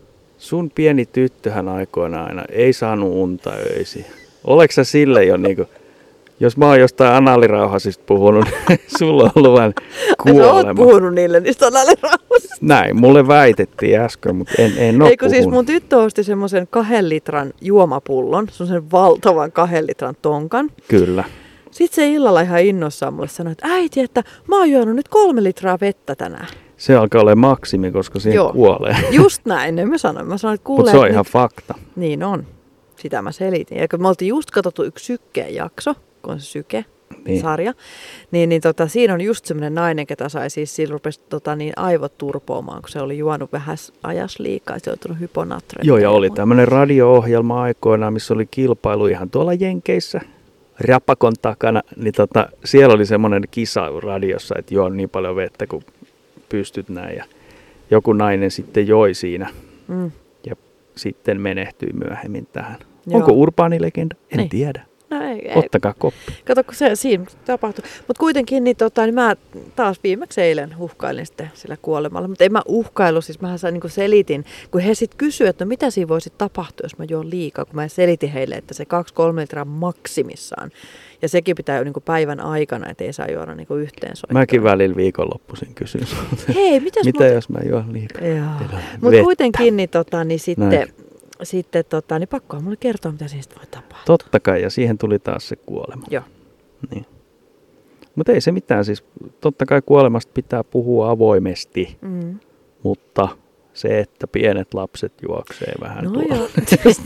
Sun pieni tyttöhän aikoinaan aina ei saanut unta öisiä. Oletko sä sille jo niinku, jos mä oon jostain anaalirauhasista puhunut, niin sulla on ollut vain kuolema. Sä oot puhunut niille niistä anaalirauhasista. Näin, mulle väitettiin äsken, mutta en, en oo Eikö siis mun tyttö osti semmoisen kahden litran juomapullon, semmoisen valtavan kahden litran tonkan. Kyllä. Sitten se illalla ihan innossaan mulle sanoi, että äiti, että mä oon juonut nyt kolme litraa vettä tänään. Se alkaa olla maksimi, koska siihen Joo. kuolee. Just näin, ne mä sanoin. Mä sanoin, että kuulee. Mutta se on ihan nyt... fakta. Niin on. Sitä mä selitin. Ja kun me oltiin just katsottu yksi Sykkeen jakso, kun on se Syke-sarja, niin, niin, niin tota, siinä on just semmoinen nainen, ketä sai siis, sillä rupesi tota, niin aivot turpoamaan, kun se oli juonut vähän ajas liikaa, se oli tullut hyponatreja. Joo, ja oli tämmöinen radio-ohjelma aikoinaan, missä oli kilpailu ihan tuolla Jenkeissä, Rapakon takana, niin tota, siellä oli semmoinen kisa radiossa, että juo niin paljon vettä, kun pystyt näin, ja joku nainen sitten joi siinä, mm. ja sitten menehtyi myöhemmin tähän. Joo. Onko urbaanilegenda? En niin. tiedä. No ei, ei. Ottakaa koppi. Kato, kun se siinä tapahtui. Mutta kuitenkin niin, tota, niin mä taas viimeksi eilen uhkailin sitten sillä kuolemalla. Mutta en mä uhkailu, siis mähän sain, niin selitin, kun he sitten kysyivät, että no mitä siinä voisi tapahtua, jos mä juon liikaa. Kun mä selitin heille, että se kaksi kolme litraa maksimissaan. Ja sekin pitää jo niin päivän aikana, että ei saa juoda niin yhteen soittaa. Mäkin välillä viikonloppuisin kysyn sulta. Hei, mitäs mitä muuta? Jos mä juon liikaa? Mutta kuitenkin niin, tota, niin sitten... Näin. Sitten tota, niin pakkoa mulle kertoa, mitä siitä voi tapahtua. Totta kai, ja siihen tuli taas se kuolema. Joo. Niin. Mutta ei se mitään, siis totta kai kuolemasta pitää puhua avoimesti, mm. mutta se, että pienet lapset juoksee vähän no tuolla. Joo.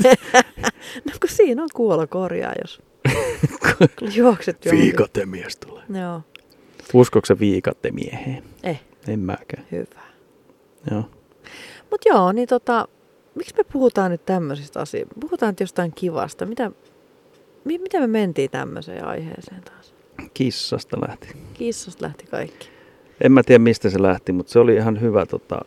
No kun siinä on kuolokorjaa, jos juokset johonkin. Viikatemies tulee. Joo. Uskoiko se viikatemieheen? Eh. En mäkään. Hyvä. Joo. Mut joo, niin tota... Miksi me puhutaan nyt tämmöisistä asioista? Puhutaan nyt jostain kivasta. Mitä, mi, mitä me mentiin tämmöiseen aiheeseen taas? Kissasta lähti. Kissasta lähti kaikki. En mä tiedä mistä se lähti, mutta se oli ihan hyvä, tota,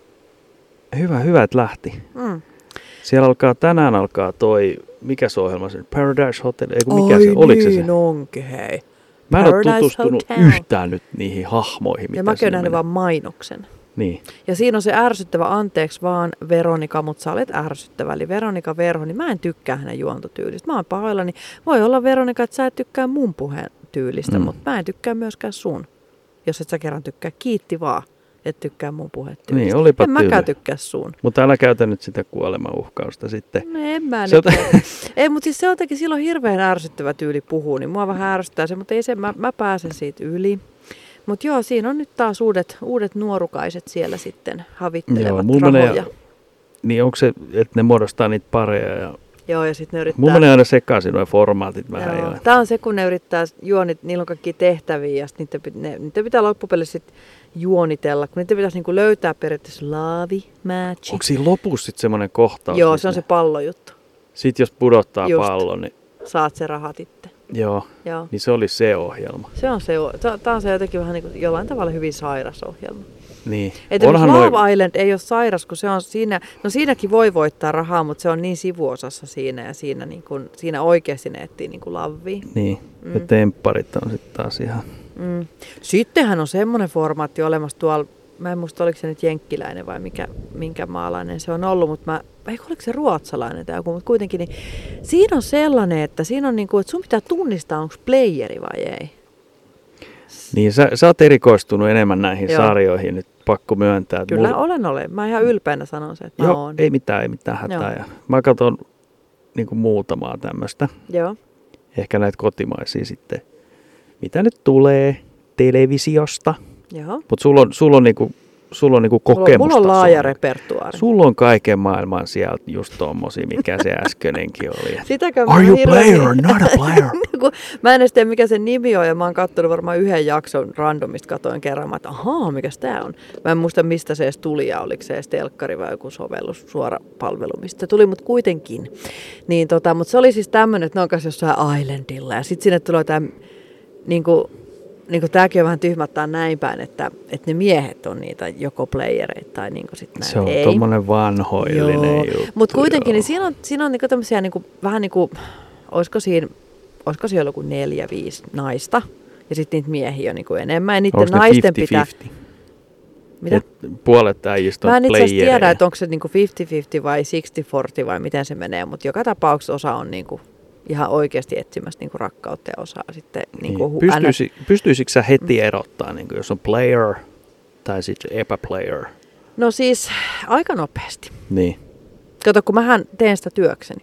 hyvä, hyvä että lähti. Mm. Siellä alkaa, tänään alkaa toi, mikä se ohjelma se Paradise Hotel, eikö mikä Oi se, oliko niin se se? onkin, hei. Mä en ole tutustunut Hotel. yhtään nyt niihin hahmoihin. Ja mä käyn nähnyt vaan mainoksen. Niin. Ja siinä on se ärsyttävä, anteeksi vaan Veronika, mutta sä olet ärsyttävä. Eli Veronika Verho, niin mä en tykkää hänen juontotyylistä. Mä oon pahoillani. Voi olla Veronika, että sä et tykkää mun puheen tyylistä, mm. mutta mä en tykkää myöskään sun. Jos et sä kerran tykkää, kiitti vaan, et tykkää mun puhetyylistä. Niin, olipa en mäkään tykkää sun. Mutta älä käytä nyt sitä kuolemauhkausta sitten. No en mä se nyt. Ota... Ei, mutta siis se on jotenkin silloin hirveän ärsyttävä tyyli puhua, niin mua vähän ärsyttää se, mutta ei se, mä, mä pääsen siitä yli. Mutta joo, siinä on nyt taas uudet, uudet nuorukaiset siellä sitten havittelevat joo, rahoja. Menee, niin onko se, että ne muodostaa niitä pareja? Ja... Joo, ja sitten ne yrittää... Mulla menee aina sekaisin nuo formaatit vähän. Joo. Tämä on se, kun ne yrittää juonit, niillä on kaikki tehtäviä, ja niitä, ne, niitä pitää loppupelissä sitten juonitella, kun niitä pitäisi niinku löytää periaatteessa laavi, matchi. Onko siinä lopussa sitten semmoinen kohtaus? Joo, se on ne... se pallojuttu. Sitten jos pudottaa Just. pallon, niin... Saat se rahat itse. Joo, Joo, niin se oli se ohjelma. Se on se, tämä on se jotenkin vähän niin kuin jollain tavalla hyvin sairas ohjelma. Niin. Että Love noi... Island ei ole sairas, kun se on siinä, no siinäkin voi voittaa rahaa, mutta se on niin sivuosassa siinä ja siinä, niin kuin, siinä oikeasti ne etsii niin kuin lavia. Niin, mm. ja tempparit on sitten taas ihan... Mm. Sittenhän on semmoinen formaatti olemassa tuolla mä en muista oliko se nyt jenkkiläinen vai mikä, minkä maalainen se on ollut, mutta mä, eikö oliko se ruotsalainen tai joku, mutta kuitenkin, niin siinä on sellainen, että siinä on niin kuin, että sun pitää tunnistaa, onko playeri vai ei. Niin, sä, sä oot erikoistunut enemmän näihin Joo. sarjoihin, nyt pakko myöntää. Kyllä mulla... olen, olen. Mä ihan ylpeänä sanon sen, että Joo, mä oon. ei mitään, ei mitään hätää. Ja mä katson niin kuin muutamaa tämmöistä. Joo. Ehkä näitä kotimaisia sitten, mitä nyt tulee televisiosta. Joo. Mutta sulla on, sul on, niinku, sul on niinku kokemusta. Mulla on laaja repertuaari. Sulla on kaiken maailman sieltä just tommosia, mikä se äskeinenkin oli. Sitäkö Are you a player or not a player? Mä en edes tiedä, mikä sen nimi on, ja mä oon katsonut varmaan yhden jakson randomista, katoin kerran, että ahaa, mikäs tää on. Mä en muista, mistä se edes tuli, ja oliko se edes telkkari vai joku sovellus, suora palvelu, mistä se tuli, mutta kuitenkin. Niin, tota, mutta se oli siis tämmönen, että ne on kanssa jossain Islandilla, ja sitten sinne tulee tää, niinku, niinku tääkin on vähän tyhmättää näin päin, että, että ne miehet on niitä joko playereita tai niinku sitten näin. Se on ei. tommonen vanhoillinen Joo. juttu. Mutta kuitenkin, joo. niin siinä on, siinä on niinku tämmöisiä niinku, vähän niin kuin, olisiko siinä, olisiko siellä joku neljä, viisi naista, ja sitten niitä miehiä on niinku enemmän, ja niiden Onko ne naisten viisikymmentä pitää... Mitä? Et puolet äijistä on Mä en itse asiassa tiedä, playereja. että onko se niinku viisikymmentä viisikymmentä vai sixty forty vai miten se menee, mutta joka tapauksessa osa on niinku ihan oikeasti etsimässä niinku rakkautta ja osaa sitten... Niinku Niin. Pystyisi, pystyisikö sä heti erottaa, niin jos on player tai sitten epäplayer? No siis aika nopeasti. Niin. Kato, kun mähän teen sitä työkseni.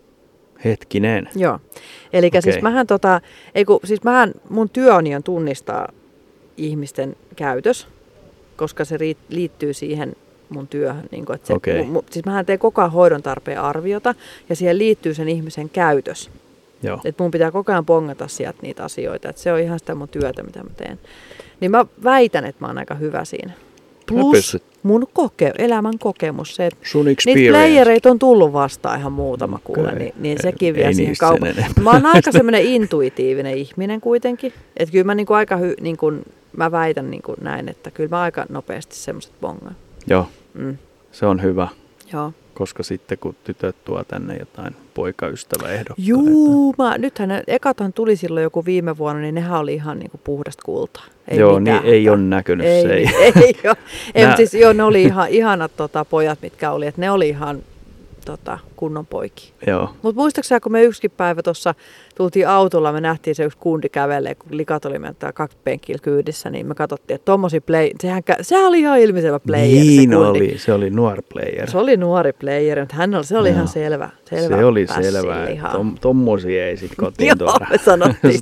Hetkinen. Joo. Eli Okei. siis mähän tota, ei kun, siis mähän, mun työni on tunnistaa ihmisten käytös, koska se riit, liittyy siihen mun työhön. Niin kun, että se, Okei. mu, siis mähän teen koko ajan hoidon tarpeen arviota, ja siihen liittyy sen ihmisen käytös. Joo. Että mun pitää koko ajan pongata sieltä niitä asioita, että se on ihan sitä mun työtä, mitä mä teen. Niin mä väitän, että mä oon aika hyvä siinä. Plus mun koke, elämän kokemus, se, että sun niitä experience. playereita on tullut vastaan ihan muutama kuule, Okei. niin, niin sekin vie Ei siihen niistä kaupan. sen enempää. Mä oon aika semmoinen intuitiivinen ihminen kuitenkin, että kyllä mä niinku aika hy, niinku, mä väitän niinku näin, että kyllä mä aika nopeasti semmoiset bongaan. Joo, Mm. se on hyvä, Joo. koska sitten kun tytöt tuo tänne jotain poikaystäväehdokkaita. Juu, mä, nythän ne ekathan tuli silloin joku viime vuonna, niin nehän oli ihan niinku puhdasta kultaa. Ei Joo, mitään. niin ei ole näkynyt ei, se. Ei. Ei, ei ole. Ei, Nää- mutta siis, joo, ne oli ihan ihanat tota, pojat, mitkä oli, että ne oli ihan tota, kunnon poikia. Joo. Mutta muistaakseni, kun me yksikin päivä tuossa tultiin autolla, me nähtiin se yksi kundi kävelee, kun likat oli meidän kaksi penkillä kyydissä, niin me katsottiin, että tommosia play, sehän, kä- sehän oli ihan ilmiselvä player, Niin se kundi. oli, se oli nuori player. Se oli nuori player, mutta hän oli, se oli Joo. ihan selvä. selvä Se oli pässi selvä, ihan. että tom, tommosia ei sitten kotiin Joo, tuoda. me sanottiin.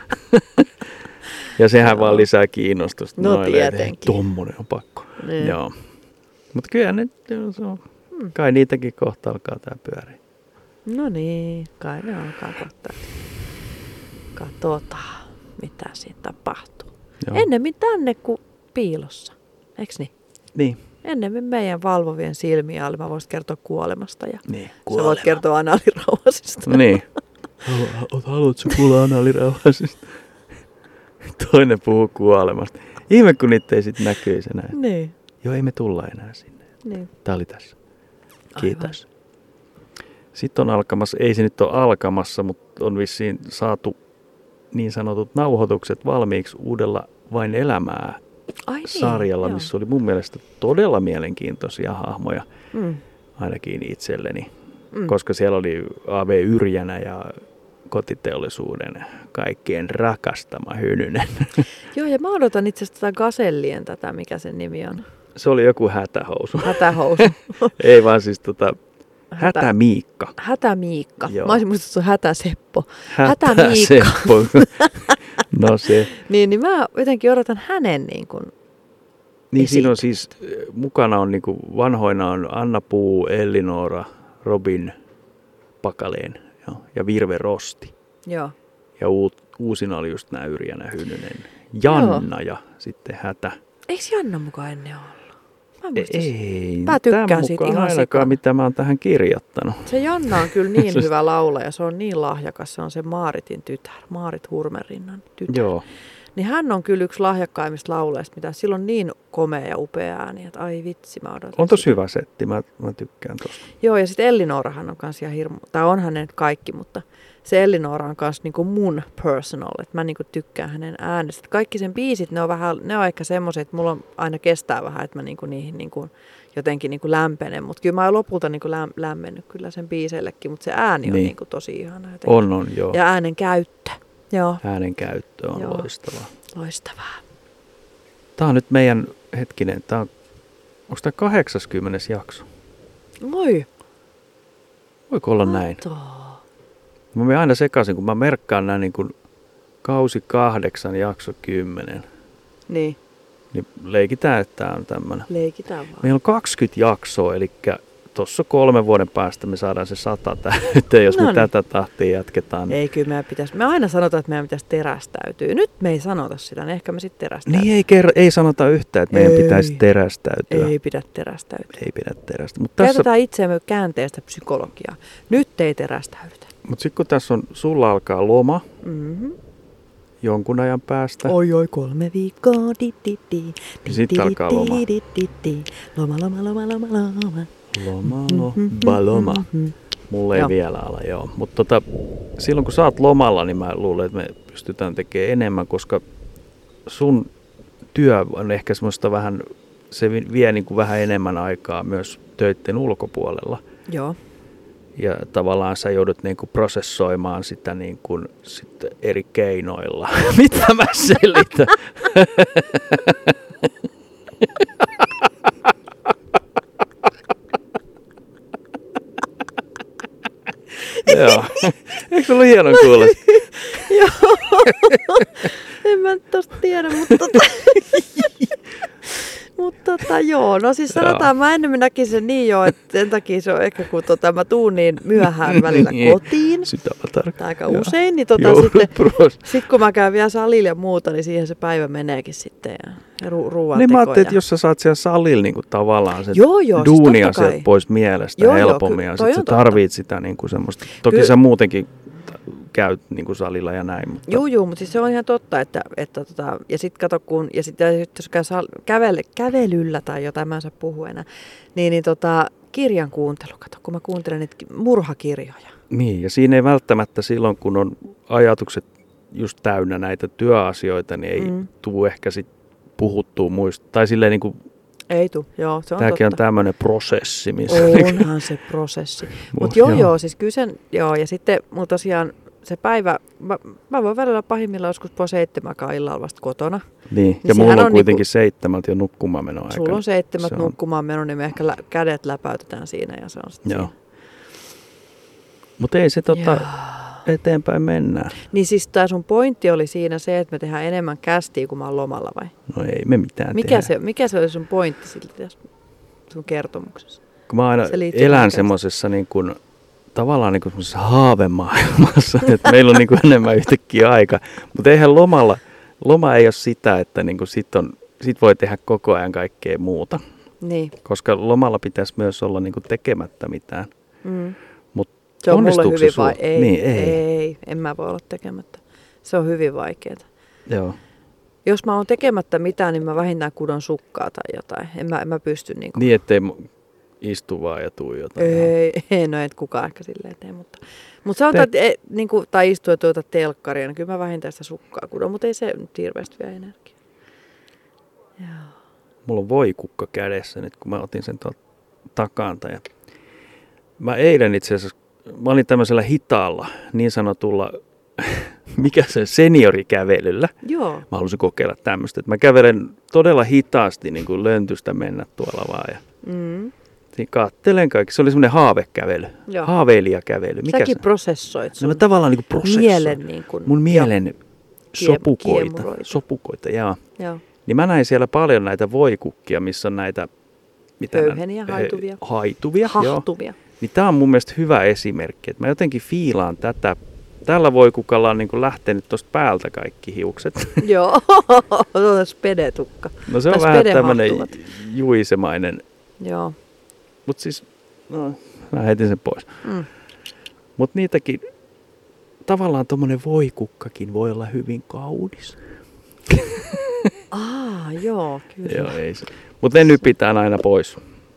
Ja sehän Joo. vaan lisää kiinnostusta. No noille, että tietenkin. tommonen on pakko. Niin. Joo. Mutta kyllä nyt, joo, se on. Hmm. Kai niitäkin kohta alkaa tää pyöriä. No niin, kai ne alkaa kohta. Katsotaan, mitä siinä tapahtuu. Joo. Ennemmin tänne kuin piilossa, eiks niin? Niin. Ennemmin meidän valvovien silmiä alle. Mä voisin kertoa kuolemasta ja Niin. sä voit kertoa anaalirauhasista. Niin. Haluatko kuulla anaalirauhasista? Toinen puhuu kuolemasta. Ihme, kun niitä ei sitten näkyisi enää. Niin, Joo, ei me tulla enää sinne. niin. Tää oli tässä. Kiitos. Sitten on alkamassa, ei se nyt ole alkamassa, mutta on vissiin saatu niin sanotut nauhoitukset valmiiksi uudella Vain elämää Ai niin, sarjalla, joo. missä oli mun mielestä todella mielenkiintoisia hahmoja, Mm. ainakin itselleni, Mm. koska siellä oli A V Yrjänä ja kotiteollisuuden kaikkien rakastama Hynynen. Joo, ja mä odotan itse asiassa tätä Gasellien tätä, mikä sen nimi on. Se oli joku hätähousu. Hätähousu. Ei vaan siis tota, Hätämiikka. Hätämiikka. Joo. Mä olisin muistunut, että se on Hätäseppo. Hätämiikka. Seppo. No se. Niin, niin mä jotenkin odotan hänen niin kuin Niin Esit. siinä on siis, mukana on niinku, vanhoina on Anna Puu, Ellinora, Robin, Pakaleen ja, ja Virve Rosti. Joo. Ja uut, uusina oli just nämä Yrjänä, Hynynen, Janna ja sitten Hätä. Eikö Janna mukaan ennen ollut? Mä en muista. Ei, Mä tykkään tämän siitä mukaan ihan ainakaan, sikana. mitä mä oon tähän kirjoittanut. Se Janna on kyllä niin hyvä laulaja, se on niin lahjakas, se on se Maaritin tytär, Maarit Hurmerinnan tytär. Joo. Niin hän on kyllä yksi lahjakkaimmista lauleista, mitä silloin niin komea ja upea ääni, että ai vitsi, mä odotan. On tosi hyvä setti, mä, mä tykkään tosta. Joo, ja sitten Ellinoorahan on kans ihan hirmu, tai onhan ne nyt kaikki, mutta se Ellinora on kans niinku mun personal, että mä niinku tykkään hänen äänestä. Kaikki sen biisit, ne on, vähän, ne on ehkä semmoiset, että mulla on aina kestää vähän, että mä niinku niihin niinku jotenkin niinku lämpenen, mutta kyllä mä oon lopulta niinku läm, lämmennyt kyllä sen biiseillekin, mutta se ääni on niin. niinku tosi ihana jotenkin. On, on, joo. Ja äänen käyttö. Joo. Äänen käyttö on Joo. loistavaa. Loistavaa. Tää on nyt meidän, hetkinen, tää on, onko tää kahdeksaskymmenes jakso? Oi. Voiko olla näin? Mä menen aina sekaisin, kun mä merkkaan nää niin kuin kausi kahdeksan, jakso kymmenen. Niin. Niin leikitään, että tää on tämmönen. Leikitään vaan. Meillä on kaksikymmentä jaksoa, eli tuossa kolmen vuoden päästä me saadaan se sata täyteen, jos no me niin. tätä tahtia jatketaan. Ei, kyllä meidän pitäisi. Me aina sanotaan, että meidän pitäisi terästäytyä. Nyt me ei sanota sitä, niin ehkä me sitten terästäytyy. Niin ei, kerro, ei sanota yhtään, että meidän ei. pitäisi terästäytyä. Ei pidä terästäytyä. Ei pidä terästäytyä. Mut tässä... Käytetään itseämme käänteistä psykologiaa. Nyt ei terästäydytä. Mutta sitten kun tässä on, sulla alkaa loma. Mm-hmm. Jonkun ajan päästä. Oi oi, kolme viikkoa. Di, di, di, di, sitten alkaa loma. Di, di, di, di. Loma, loma, loma, loma, loma. Loma, loma, loma. Mulla ei joo. vielä ala, joo. Mutta tota, silloin kun sä oot lomalla, niin mä luulen, että me pystytään tekemään enemmän, koska sun työ on ehkä semmoista vähän, se vie niin kuin vähän enemmän aikaa myös töitten ulkopuolella. Joo. Ja tavallaan sä joudut niin kuin prosessoimaan sitä niin kuin sitten eri keinoilla. Mitä mä selitän? Joo. Eikö se ollut hienon kuulosta? Joo. En mä tosta tiedä, mutta tota... Mutta tota, joo, no siis sanotaan, mä enemmän näkin sen niin jo, että sen takia se on ehkä, kun tota, mä tuun niin myöhään välillä kotiin. Sitä mä tarkoitan. Aika usein, niin tota, sitten sit kun mä käyn vielä salilla ja muuta, niin siihen se päivä meneekin sitten ja ru- ruoan Niin teko. mä ajattelin, ja... että jos sä saat siellä salilla niin kuin tavallaan se joo, joo, duunia siis sieltä pois mielestä joo, helpommin joo, ja sit sä tarvit sitä niin kuin semmoista. Toki Ky- sä muutenkin käyt niin kuin salilla ja näin. Mutta... Joo, joo, mutta siis se on ihan totta, että, että tota, ja sitten kato kun, ja sitten jos käy sal- kävele, kävelyllä tai jotain, mä en saa puhua enää, niin, niin tota, kirjan kuuntelu, kato, kun mä kuuntelen niitä murhakirjoja. Niin, ja siinä ei välttämättä silloin, kun on ajatukset just täynnä näitä työasioita, niin ei mm. tule ehkä sit puhuttua muista, tai silleen niin kuin ei tule, joo, se on tämäkin totta. on tämmöinen prosessi. Missä onhan se prosessi. Mutta joo, joo, joo, siis kyllä sen, joo, ja sitten mulla tosiaan se päivä, mä, mä voin välillä pahimmillaan joskus puoli seitsemänkaan illalla vasta kotona. Niin, niin ja mulla on, on kuitenkin niinku, seitsemältä jo nukkumaan meno aika. Sulla on seitsemät on... nukkumaan meno, niin me ehkä lä- kädet läpäytetään siinä ja se on sitten joo. Mutta ei se tota, eteenpäin mennään. Niin siis tää sun pointti oli siinä se, että me tehdään enemmän kästiä, kun mä oon lomalla vai? No ei me mitään mikä tehdä. Se, mikä se oli sun pointti silti tässä sun kertomuksessa? Kun mä aina elän semmoisessa niin kuin, tavallaan niin kuin semmoisessa haavemaailmassa, että meillä on niin kuin enemmän yhtäkkiä aika. Mutta eihän lomalla, loma ei ole sitä, että niin kuin sit, on, sit voi tehdä koko ajan kaikkea muuta. Niin. Koska lomalla pitäisi myös olla niin kuin tekemättä mitään. Mm. Mut se on mulle hyvin vaikeaa. Ei, niin, ei. ei, en mä voi olla tekemättä. Se on hyvin vaikeaa. Joo. Jos mä oon tekemättä mitään, niin mä vähintään kudon sukkaa tai jotain. En mä, en mä pysty niin kuin... Niin, ettei istu vaan ja tuu jotain. Ei, ei, no et kukaan ehkä silleen tee, mutta... Mutta sanotaan, että et, niin kuin, tai istua tuota telkkaria, niin kyllä mä vähintään sitä sukkaa kudon, mutta ei se nyt hirveästi vie energiaa. Joo. Mulla on voikukka kädessä nyt, kun mä otin sen tuolta takanta. Ja mä eilen itse asiassa, mä olin tämmöisellä hitaalla, niin sanotulla, mikä se seniorikävelyllä. Joo. Mä halusin kokeilla tämmöistä, että mä kävelen todella hitaasti niin kuin löntystä mennä tuolla vaan. Ja mm. kattelen kaikki. Se oli semmoinen haavekävely, joo. haaveilijakävely. Mikä säkin se? prosessoit sun no, mä tavallaan niin kuin prosessoin. mielen. Niin kuin, mun mielen jo. sopukoita. Kiemuroita. Sopukoita, jaa. Joo. Niin mä näin siellä paljon näitä voikukkia, missä on näitä... Höyheniä, haituvia. Haituvia, Hahtuvia. Joo. Niin tää on mun mielestä hyvä esimerkki, että mä jotenkin fiilaan tätä. Tällä voikukalla on niin kuin lähtenyt tosta päältä kaikki hiukset. Joo, se on spedetukka. No se on vähän tämmönen juisemainen. Joo. Mut siis, no, mä heitin sen pois. Mm. Mut niitäkin, tavallaan tommonen voikukkakin voi olla hyvin kaunis. Aa, joo, kyllä. Joo, ei se. Mutta ne nypitään aina pois.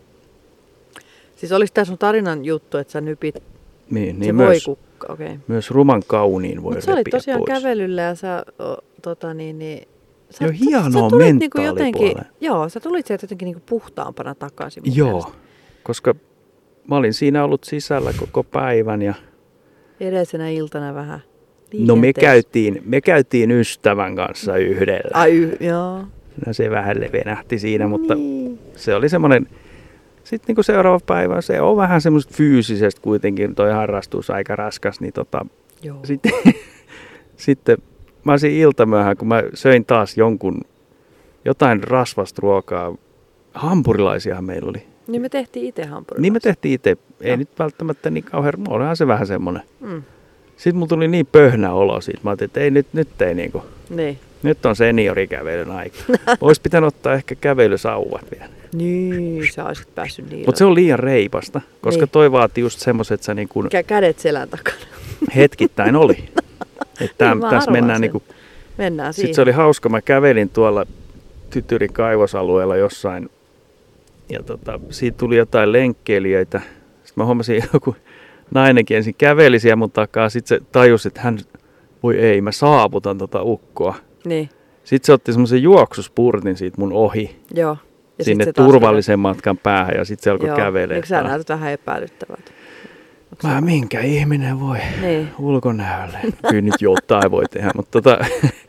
Siis oliko tämä sun tarinan juttu, että sä nypit Niin, niin se myös, voi kukka, okei. Okay. Myös ruman kauniin voi Mut repiä sä olit tosiaan pois. kävelyllä ja sä, o, tota niin, niin sä, Joo, sä, hienoa sä tulit niinku jotenkin, mentaalipuoleen. joo, sä tulit sieltä jotenkin niinku puhtaampana takaisin. mun Joo, mielestä. koska mä olin siinä ollut sisällä koko päivän ja Edellisenä iltana vähän no me liikenteessä. käytiin, me käytiin ystävän kanssa yhdellä. Ai, y- joo. No se vähän venähti siinä, mutta Niin. se oli semmoinen, sitten niinku seuraava päivä, se on vähän semmoista fyysisesti kuitenkin, toi harrastus aika raskas, niin tota, Joo. sitten, sitten mä olisin iltamyöhään, kun mä söin taas jonkun, jotain rasvasta ruokaa, hampurilaisiahan meillä oli. Niin me tehtiin itse hampurilaisia. Niin me tehtiin itse, ei Joo. nyt välttämättä niin kauhean, olihan se vähän semmoinen. Mm. Sitten mulla tuli niin pöhnä olo siitä, mä ajattelin, että ei nyt, nyt ei niinku, Niin. nyt on seniorikävelyn aika. Olisi pitänyt ottaa ehkä kävelysauvat vielä. Niin, sä olisit päässyt niillä. Mutta se on liian reipasta, koska Niin. toi vaatii just semmoiset, että sä niinku Kä- kädet selän takana. hetkittäin oli. Että Niin, mä tässä arvaan mennään sen. niinku. Mennään siihen. Sitten se oli hauska, mä kävelin tuolla Tytyrin kaivosalueella jossain. Ja tota, siitä tuli jotain lenkkeilijöitä. Sitten mä huomasin, joku nainenkin ensin käveli siellä mun takaa. Sitten se tajusi, että hän, voi ei, mä saavutan tota ukkoa. Niin, Sitten se otti semmoisen juoksuspurtin siitä mun ohi. joo. Ja Sinne sit se taas turvallisen matkan päähän ja sitten se alkoi Joo. kävelemään. Eikö sä näytät vähän epäilyttävältä? Onks Mä sä- minkä ihminen voi Niin. ulkonäölle. Kyllä nyt jotain voi tehdä, mutta tota,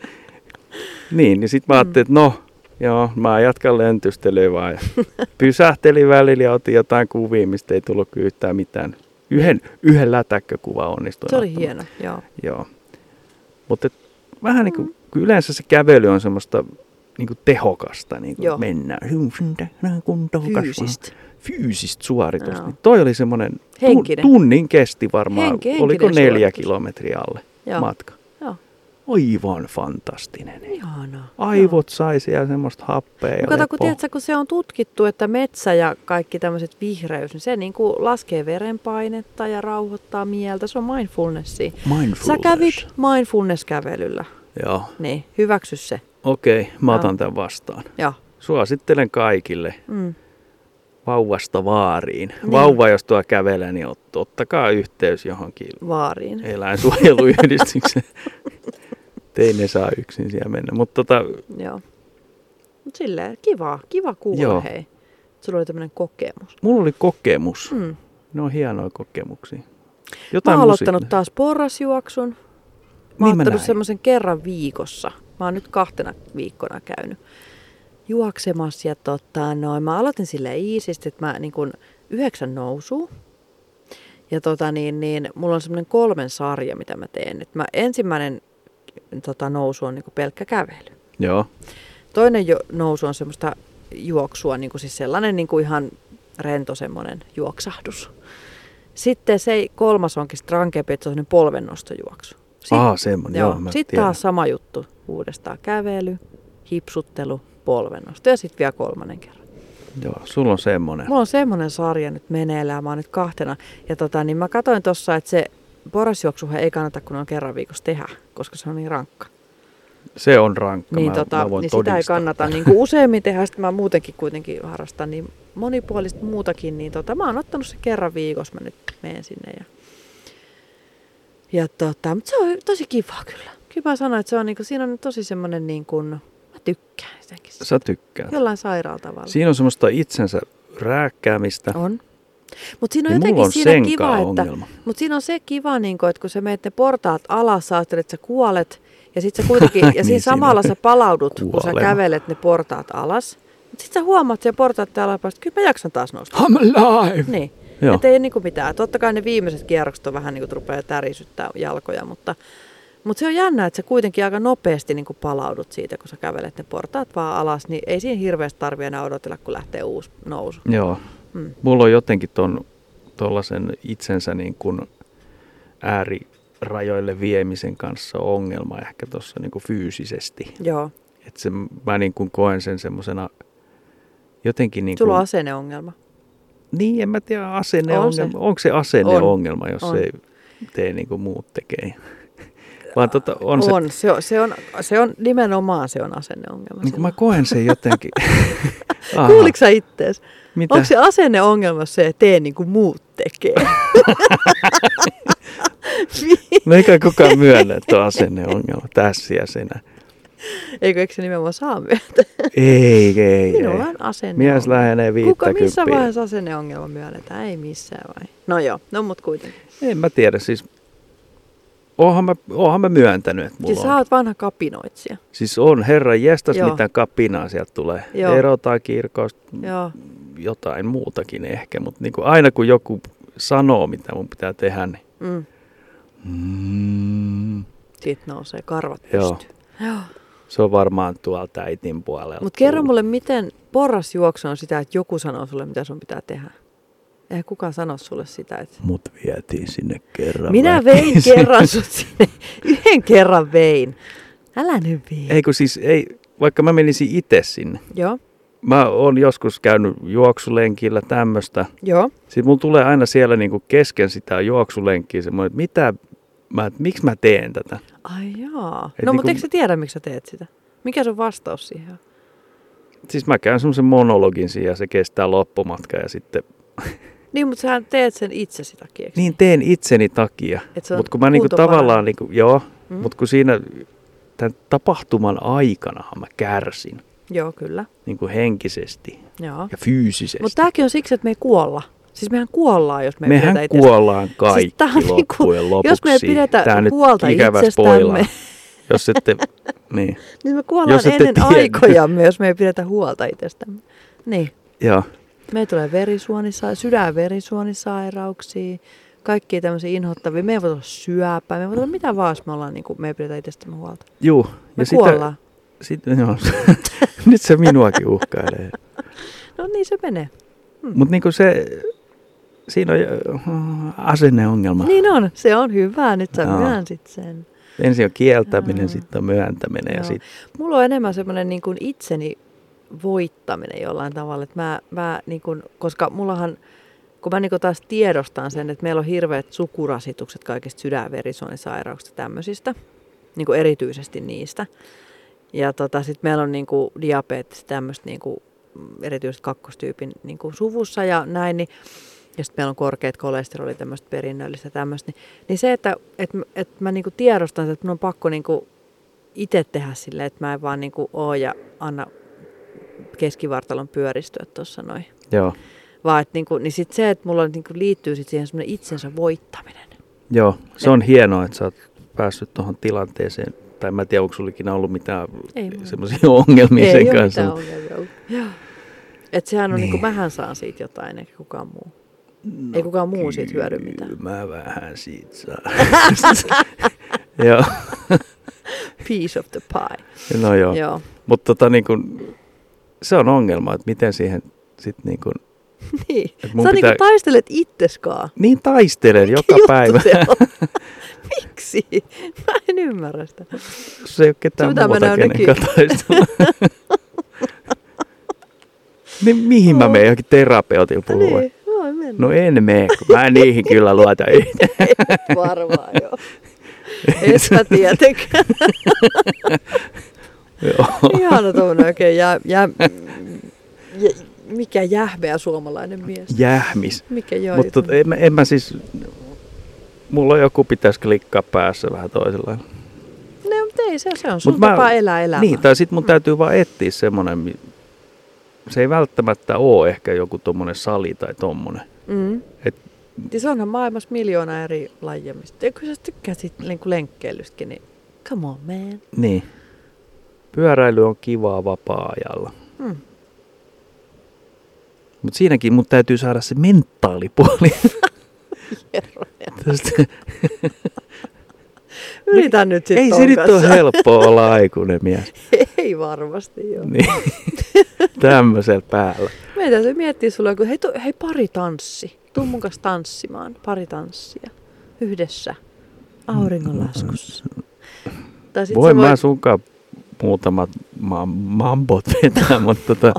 niin, niin sitten mä ajattelin, että no, joo, mä jatkan lentystelyä vaan. Ja pysähtelin välillä ja otin jotain kuvia, mistä ei tullut kyllä yhtään mitään. Yhden, yhden lätäkkökuva onnistui. Se oli ottamaan. hieno, joo. Joo. Mutta vähän niin kuin, kun yleensä se kävely on semmoista niin kuin tehokasta, niin Joo. kuin mennään. Fyysistä. Fyysistä suoritusta. Joo. Niin toi oli semmoinen tu- Henkinen. tunnin kesti varmaan. Henki- henkinen Oliko neljä suoritus. kilometriä alle Joo. matka? Joo. Aivan fantastinen. Ihanaa. Aivot sai siellä semmoista happea ja Kato, kun, lepoa. tiedätkö, kun se on tutkittu, että metsä ja kaikki tämmöiset vihreys, niin se niin kuin laskee verenpainetta ja rauhoittaa mieltä. Se on mindfulnessia. Mindfulness. Sä kävit mindfulness-kävelyllä. Joo. Niin, hyväksy se. Okei, mä Joo. otan tämän vastaan. Joo. Suosittelen kaikille Mm. vauvasta vaariin. Niin. Vauva, jos tuo kävelee, niin ot- ottakaa yhteys johonkin Vaariin. eläinsuojeluyhdistykseen. Ei ne saa yksin siellä mennä. Mutta tota, Joo. Mut silleen, kiva, kiva kuulla, Joo. hei. Sulla oli tämmöinen kokemus. mulla oli kokemus. Mm. Ne on hienoja kokemuksia. Mä Jotain oon aloittanut musi- taas porrasjuoksun. Mä Niin oon mä ottanut näin. semmoisen kerran viikossa. Mä oon nyt kahtena viikkona käynyt juoksemassa. Ja tota, noin, mä aloitin silleen iisisti, että mä niin kun yhdeksän nousuu. Ja tota niin, niin mulla on semmoinen kolmen sarja, mitä mä teen. Et mä ensimmäinen tota, nousu on niin kuin pelkkä kävely. Joo. Toinen jo, nousu on semmoista juoksua, niin kuin siis sellainen niin kuin ihan rento semmoinen juoksahdus. Sitten se kolmas onkin rankempi, että se on semmoinen polvennostojuoksu. Sitten, Aa, semmoinen. Joo, mä Sitten tiedän. taas sama juttu. Uudestaan kävely, hipsuttelu, polvennosto ja sitten vielä kolmannen kerran. Joo, sulla on semmoinen. Mulla on semmoinen sarja nyt meneillään, mä oon nyt kahtena. Ja tota, niin mä katsoin tossa, että se porrasjuoksuhan ei kannata, kun on kerran viikossa tehdä, koska se on niin rankka. Se on rankka. Niin, mä, tota, mä voin niin sitä ei todistaa. kannata niin kuin useammin tehdä, sitten mä muutenkin kuitenkin harrastan niin monipuolista muutakin, niin tota, mä oon ottanut se kerran viikossa, mä nyt menen sinne. Ja, ja tota, mutta se on tosi kiva kyllä. Kyllä mä sanoin, että se on, niin kuin, siinä on tosi semmoinen, niin kuin, mä tykkään sitäkin. Sä tykkäät. Jollain sairaalla tavalla. Siinä on semmoista itsensä rääkkäämistä. On. Mutta siinä on Ja mulla jotenkin on siinä sen kiva, kaa että, ongelma. mutta siinä on se kiva, niin kun, että kun sä meet ne portaat alas, sä ajattelet, että sä kuolet, ja sitten sä kuitenkin, ja Niin siinä siinä samalla on. sä palaudut, kun sä Kuolema. kävelet ne portaat alas. Mutta sitten sä huomaat siellä portaat täällä päästä, että kyllä mä jaksan taas nousta. I'm alive! Niin, Joo. että ei niinku mitään. Totta kai ne viimeiset kierrokset on vähän niin kuin rupeaa tärisyttää jalkoja, mutta, mutta se on jännä, että sä kuitenkin aika nopeasti niin kuin palaudut siitä, kun sä kävelet ne portaat vaan alas, niin ei siinä hirveästi tarvitse enää odotella, kun lähtee uusi nousu. Joo. Mm. Mulla on jotenkin ton tuollaisen itsensä niin kuin äärirajoille viemisen kanssa ongelma ehkä tuossa niin kuin fyysisesti. Joo, Että se, mä niin kuin koen sen semmosena jotenkin niin kuin... sulla on asenneongelma. Niin, en mä tiedä, asenneongelma. On se. Onko se asenneongelma, jos On. ei tee niin kuin muut tekee? Vaan tota, on, on. se, se, on, se, on, se on nimenomaan se on asenneongelma. Niin mä koen sen jotenkin. Kuuliko sä ittees? Mitä? Onko se asenneongelma se, että tee niin kuin muut tekee? No eikä kukaan myönnä, että on asenneongelma tässä ja senä. Eikö, eikö se nimenomaan saa myöntää? Ei, ei, Minulla ei. on asenneongelma. Mies lähenee viittäkymppiä. Kuka missä vaiheessa asenneongelma myönnetään? Ei missään vai? No joo, no mut kuitenkin. En mä tiedä, siis oonhan mä, oonhan mä myöntänyt, että mulla siis on. sä oot vanha kapinoitsija. Siis on, herra jestas, Joo. mitä kapinaa sieltä tulee. Joo. Erotaan kirkosta, Joo. jotain muutakin ehkä, mutta niin kuin aina kun joku sanoo, mitä mun pitää tehdä, niin Mm. mm, Siitä nousee karvat Joo. pystyyn. Joo. se on varmaan tuolta äitin puolelta. Mutta kerro tullut. mulle, miten porrasjuoksu on sitä, että joku sanoo sulle, mitä sun pitää tehdä. Eihän kukaan sano sulle sitä, että... Mut vietiin sinne kerran. Minä vein kerran sut sinne. Yhden kerran vein. Älä nyt vii. Ei kun siis, ei, vaikka mä menisin itse sinne. Joo. Mä oon joskus käynyt juoksulenkillä tämmöstä. Joo. Sitten mulla tulee aina siellä niinku kesken sitä juoksulenkkiä semmoinen, että mitä, mä, että miksi mä teen tätä. Ai jaa. Et No niinku- mutta eikö sä tiedä, miksi sä teet sitä? Mikä sun vastaus siihen on? Siis mä käyn semmoisen monologin siihen ja se kestää loppumatka ja sitten... Niin, mutta sä teet sen itsesi takia, eikö Niin teen itseni takia. Et se on Mutta kun mä niinku huutovarma. tavallaan, niinku, joo, Mm. mutta kun siinä tämän tapahtuman aikanahan mä kärsin Joo, kyllä. niinku henkisesti Joo. ja fyysisesti. Mutta tääkin on siksi, että me ei kuolla. Siis mehän kuollaan, jos me ei Mehän pidetä itsestä. kuollaan kaikki Siis tää on siis niinku- loppujen lopuksi. Jos me ei pidetä Tää nyt huolta ikävä itsestämme. spoilaa. Jos ette, niin, Niin me kuollaan Jos ette ennen tiedä. aikojamme, jos me ei pidetä huolta itsestämme. Niin. joo. Me tulee verisuonisa, sydänverisuonisairauksia, kaikkia tämmöisiä inhottavia. Me ei voi olla syöpää, me ei voi olla mitä vaan, jos me, ollaan, niin kuin, me ei pidetä itsestämme huolta. Juu. Me kuollaan. Sitä, sit, joo. Nyt se minuakin uhkailee. No niin se menee. Hmm. Mutta niinku se, siinä on äh, asenneongelma. Niin on, se on hyvä, nyt sä Joo. myönsit sen. Ensin on kieltäminen, Joo. sitten on myöntäminen. Ja Joo. sit, Mulla on enemmän semmoinen niin kuin itseni voittaminen jollain tavalla. Että mä, mä, niin kuin, koska mullahan, kun mä niin kuin taas tiedostan sen, että meillä on hirveät sukurasitukset kaikista sydänverisuonisairauksista tämmöisistä, niin kuin erityisesti niistä. Ja tota, sitten meillä on niin kuin diabetes tämmöistä niin kuin, erityisesti kakkostyypin niin kuin suvussa ja näin, niin, ja sitten meillä on korkeat kolesterolit, tämmöistä perinnöllistä tämmöistä, niin, niin se, että et, et mä niin kuin tiedostan, että mun on pakko niin kuin itse tehdä silleen, että mä en vaan niin kuin oo ja anna keskivartalon pyöristyä tuossa noin. joo, Vaan että niin, kuin, niin sit se, että mulla niin kuin liittyy sit siihen semmoinen itsensä voittaminen. joo, se on hienoa, että sä oot päässyt tuohon tilanteeseen. Tai mä en tiedä, onko sulla ikinä ollut mitään semmoisia ongelmia ei sen ole kanssa. mitään ongelmia ollut. Joo. Että sehän on niin. Niin. niin kuin mähän saan siitä jotain, eikä kukaan muu. No, Ei kukaan muu siitä hyödy mitään. Mä vähän siitä saan. Joo, Piece of the pie. no joo. Joo. Mutta tota, niin kun, se on ongelma, että miten siihen sitten niin kun, Niin. Et mun Sä pitää- niinku taistelet itseskaan. niin taistelen joka Juttu päivä. se on. Miksi? Mä en ymmärrä sitä. Se ei ole ketään Sun pitää muuta, mennä kenen jonnekin- kanssa taistella. Niin mihin mä menen johonkin terapeutilla puhua? Niin, voi mennä. No en mene, kun mä niihin kyllä luota itse. Et varmaan joo. Etpä tietenkään. Joo. Ihana tuommoinen oikein jää, jää, jä, mikä jähmeä suomalainen mies. Jähmis. Mikä joo. Mutta tota, en, mä- en mä siis, mulla on joku pitäisi klikkaa päässä vähän toisella lailla. No, mutta ei, se, se on sun Mut mä- tapa elää elämää. Niin, tai sit mun täytyy vaan etsiä semmonen, mi- se ei välttämättä ole ehkä joku tommonen sali tai tommonen. Mm. Et- Siis onhan maailmassa miljoona eri lajia, mistä. Kun sä tykkäät siitä niin lenkkeilystäkin, niin come on man. Niin. Pyöräily on kivaa vapaa-ajalla. Mm. Mutta siinäkin mun täytyy saada se mentaalipuoli. Tästä- Yritän nyt sitten ei ton se nyt kanssa. ole helppoa olla aikuinen mies. Ei varmasti joo. Niin. Tämmöisellä päällä. Meidän täytyy miettiä sulle joku, hei, tu, hei pari tanssi. Tuu mun kanssa tanssimaan. Pari tanssia. Yhdessä. Auringonlaskussa. Tai sit Voin sä mä voit- sunkaan muutamat ma- mambot vetää, mutta tota,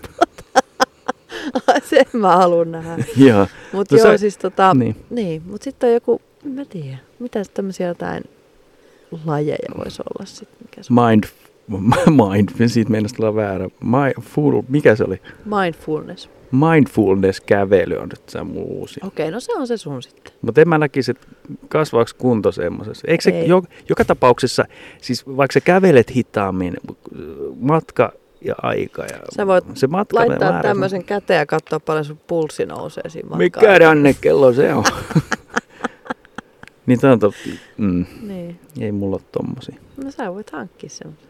Sen mä haluan nähdä. joo. Mutta No joo, sä- siis tota, niin, Niin. niin mutta sitten on joku, en mä tiedä, mitä tämmöisiä jotain, lajeja voisi olla sitten? Mikä se Mind, mind, siitä meinasi olla väärä. Mindful, mikä se oli? Mindfulness. Mindfulness-kävely on nyt se uusi. Okei, no se on se sun sitten. Mutta en mä näkisi, että kasvaako kunto semmoisessa. Eikö se Ei. jo, joka tapauksessa, siis vaikka sä kävelet hitaammin, matka ja aika. Ja Sä voit se matka laittaa määrä, tämmöisen käteen ja katsoa paljon sun pulssi nousee siinä matkaan. mikä rannekello se on? Niin on totta. Mm. Niin. Ei mulla ole tommosia. No sä voit hankkia semmoisen.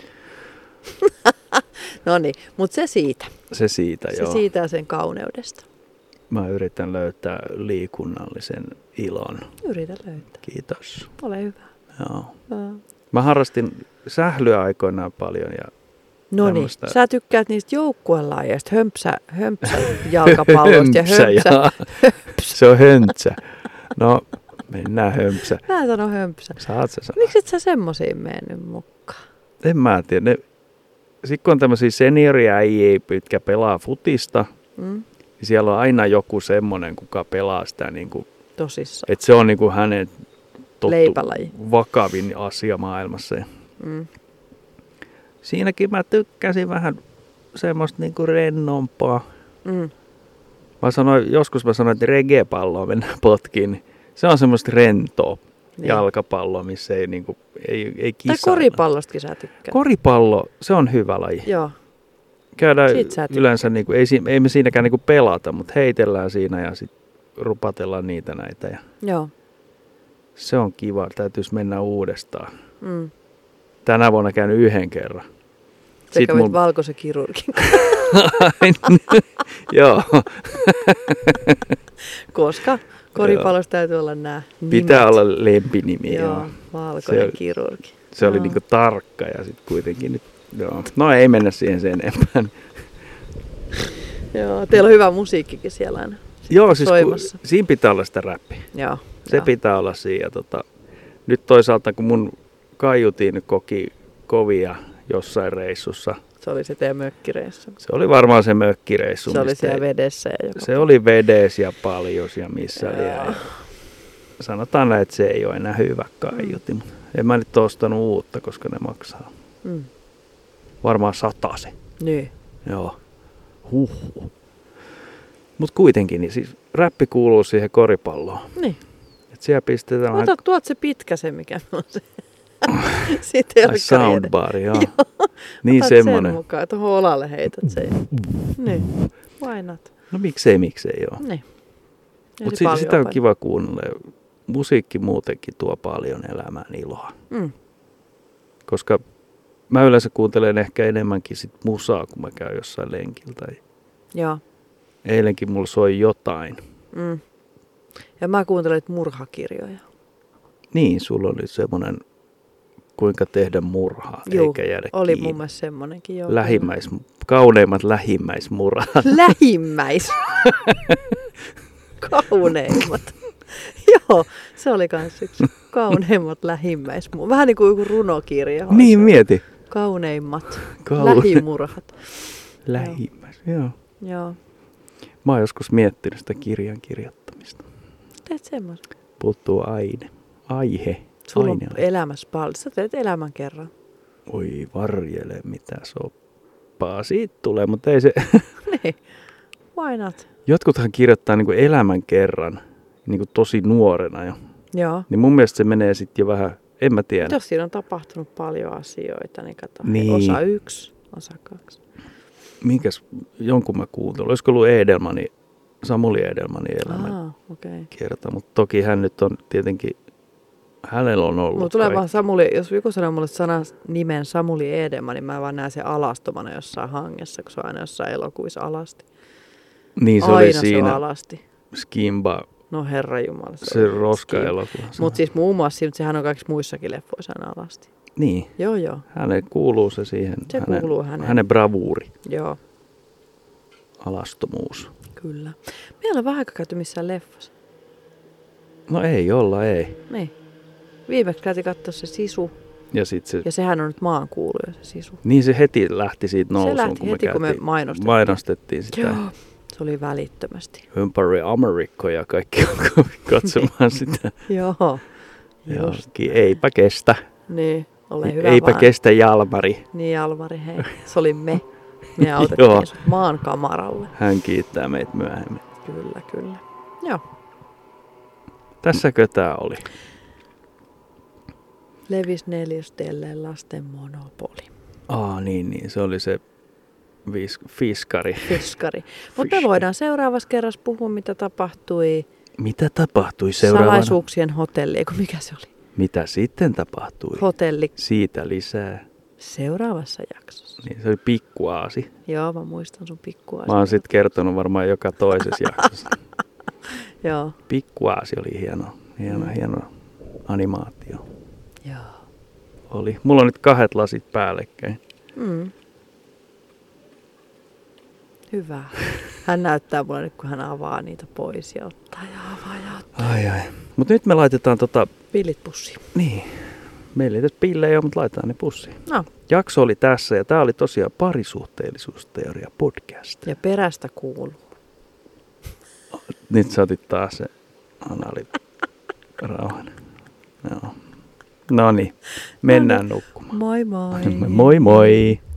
No niin, mutta se siitä. Se siitä, Se joo. siitä ja sen kauneudesta. Mä yritän löytää liikunnallisen ilon. Yritä löytää. Kiitos. Ole hyvä. Joo. Aa. Mä harrastin sählyä aikoinaan paljon ja No niin, tämmöstä. sä tykkäät niistä joukkuelajeista, hömpsä, hömpsä jalkapallosta ja hömpsä. jaa. Se on höntsä. No, mennään hömpsä. Mä sanon hömpsä. Saat sä sanoa? Miksi et sä semmosiin mennyt mukaan? En mä tiedä. Ne, sit kun on tämmöisiä senioriäjiä, jotka pelaa futista, Mm? niin siellä on aina joku semmonen, kuka pelaa sitä, niin kuin, Tosissaan. että se on niin kuin hänen tottu, Leipälaji. vakavin asia maailmassa. Ja Mm. siinäkin mä tykkäsin vähän semmoista niin kuin rennompaa. Mm. Mä sanoin, joskus mä sanoin, että reggae-palloa mennään potkiin. Niin se on semmoista rentoa Niin. jalkapalloa, missä ei, niin kuin, ei, ei Tai kisailla. koripallostakin sä tykkäät. Koripallo, se on hyvä laji. Joo. Käydään Siitä sä tykkäät. yleensä, niin kuin, ei, si- ei me siinäkään niin kuin pelata, mutta heitellään siinä ja sitten rupatellaan niitä näitä. Ja Joo. se on kiva, täytyisi mennä uudestaan. Mm. Tänä vuonna käynyt yhden kerran. Sä kävit mun- valkoisen kirurgin, Joo, koska koripallosta täytyy olla nämä nimet. pitää olla lempinimi. Joo, Joo. valkoinen Se- kirurgi. Se oli Joo. niinku tarkka ja sitten kuitenkin nyt, joo. No ei mennä siihen sen enempää. Joo, teillä on hyvä musiikkikin siellä aina. Joo, siis ku, soimassa. siinä pitää olla sitä räppiä. Joo. Se joo. pitää olla siinä. Ja tota, nyt toisaalta kun mun kaiutin koki kovia jossain reissussa, Se oli se teidän mökkireissu. se oli varmaan se mökkireissu. Se oli mistä siellä ei- vedessä. Ja joka se oli vedes ja paljus ja missä Joo. vielä. Ja sanotaan näin, että se ei ole enää hyvä kaiutin. Mm. En mä nyt ostanut uutta, koska ne maksaa Mm. varmaan satase. Niin. Joo. Huhhuh. Mutta kuitenkin, niin siis räppi kuuluu siihen koripalloon. Niin. Et siellä pistetään Ota tuot se pitkä se, mikä on se. Sitten ai soundbar, joo. Niin Otat semmonen. sen mukaan, tuohon olalle heität sen. Niin. Why not? No miksei, miksei joo. Niin. Mutta Eli paljon sitä on paljon. kiva kuunnella. Musiikki muutenkin tuo paljon elämään iloa. Mm. Koska mä yleensä kuuntelen ehkä enemmänkin sit musaa, kun mä käyn jossain lenkillä. Tai Joo. eilenkin mulla soi jotain. Mm. Ja mä kuuntelen murhakirjoja. Niin, sulla oli semmoinen, kuinka tehdä murhaa, Juu, eikä jäädä oli kiinni. mun mielestä semmonenkin. Joo. Lähimmäis, kauneimmat lähimmäismurhat. Lähimmäis. Kauneimmat. Joo, se oli kans yksi. Kauneimmat lähimmäis. Vähän niin kuin joku runokirja. olisi Niin, ollut. mieti. Kauneimmat Kaune- lähimurhat. Lähimmäis, joo. Joo. Mä oon joskus miettinyt sitä kirjan kirjoittamista. Teet semmoisen. Puuttuu aine. Aihe. Sulla on Aine. elämässä paljon. Sä teet elämän kerran. Oi varjele, mitä soppaa siitä tulee, mutta ei se... Niin. Why not? Jotkuthan kirjoittaa niin kuin elämän kerran niin kuin tosi nuorena jo. Joo. Niin mun mielestä se menee sitten jo vähän, en mä tiedä. Jos siinä on tapahtunut paljon asioita, niin kato. Niin. Osa yksi, osa kaksi. Minkäs jonkun mä kuuntelin. Olisiko ollut Edelmanin, Samuli Edelmanin elämän Ah, okei. Okay. kerta. Mutta toki hän nyt on tietenkin, hänellä on ollut Mulla tulee kaikki. vaan Samuli, jos joku sanoo mulle sanan nimen Samuli Edelman, niin mä vaan näen sen alastomana jossain hangessa, kun se on aina jossain elokuvissa alasti. Niin se Aina oli se on siinä alasti. Skimba, No herranjumala. se roska-elokuva. Mutta siis muun muassa siinä, mutta sehän on kaikissa muissakin leffoissa aina alasti. Niin, Joo, joo. hänen kuuluu se siihen. Se hänen, kuuluu hänen. hänen bravuuri, Joo, alastomuus. kyllä. Meillä on vähän aikaa käyty missään leffassa. No ei olla, ei. Niin. Viimeksi käytiin katsoa se Sisu. Ja sit se, Ja sehän on nyt maan kuuluja se Sisu. niin se heti lähti siitä nousuun, se lähti kun heti, me kun me käytiin- mainostettiin. mainostettiin sitä. Joo. Se oli välittömästi. Ympäri Amerikkoja kaikki on katsomaan sitä. Joo. Johonkin, eipä kestä. Niin, ole hyvä Eipä vaan. kestä Jalmari. Niin Jalmari, hei. Se oli me. Me autettiin sut maan kamaralle. Hän kiittää meitä myöhemmin. Kyllä, kyllä. Joo. Tässäkö tää oli? Levis neljästelleen lasten monopoli. Aa, niin, niin. Se oli se vis, fiskari. Fiskari. Mutta me voidaan seuraavassa kerrassa puhua, mitä tapahtui. Mitä tapahtui seuraavana? Salaisuuksien hotelli, eikö mikä se oli? Mitä sitten tapahtui? Hotelli. Siitä lisää. Seuraavassa jaksossa. Niin, se oli pikkuaasi. Joo, mä muistan sun pikkuaasi. Mä oon sit kertonut varmaan joka toisessa jaksossa. Joo. Pikkuaasi oli hieno, hieno, mm. hieno animaatio. Joo. Oli. Mulla on nyt kahdet lasit päällekkäin. Mm. Hyvä. Hän näyttää mulle nyt, kun hän avaa niitä pois ja ottaa ja avaa ja ottaa. Ai ai. Mut nyt me laitetaan tota... Pillit pussiin. Niin. Meillä ei tässä pillejä ole, mutta laitetaan ne pussiin. No. Jakso oli tässä ja tää oli tosiaan parisuhteellisuusteoria podcast. Ja perästä kuuluu. Nyt sä otit taas se anali rauhan. Joo. No niin, mennään nukkumaan. Moi moi. Moi moi.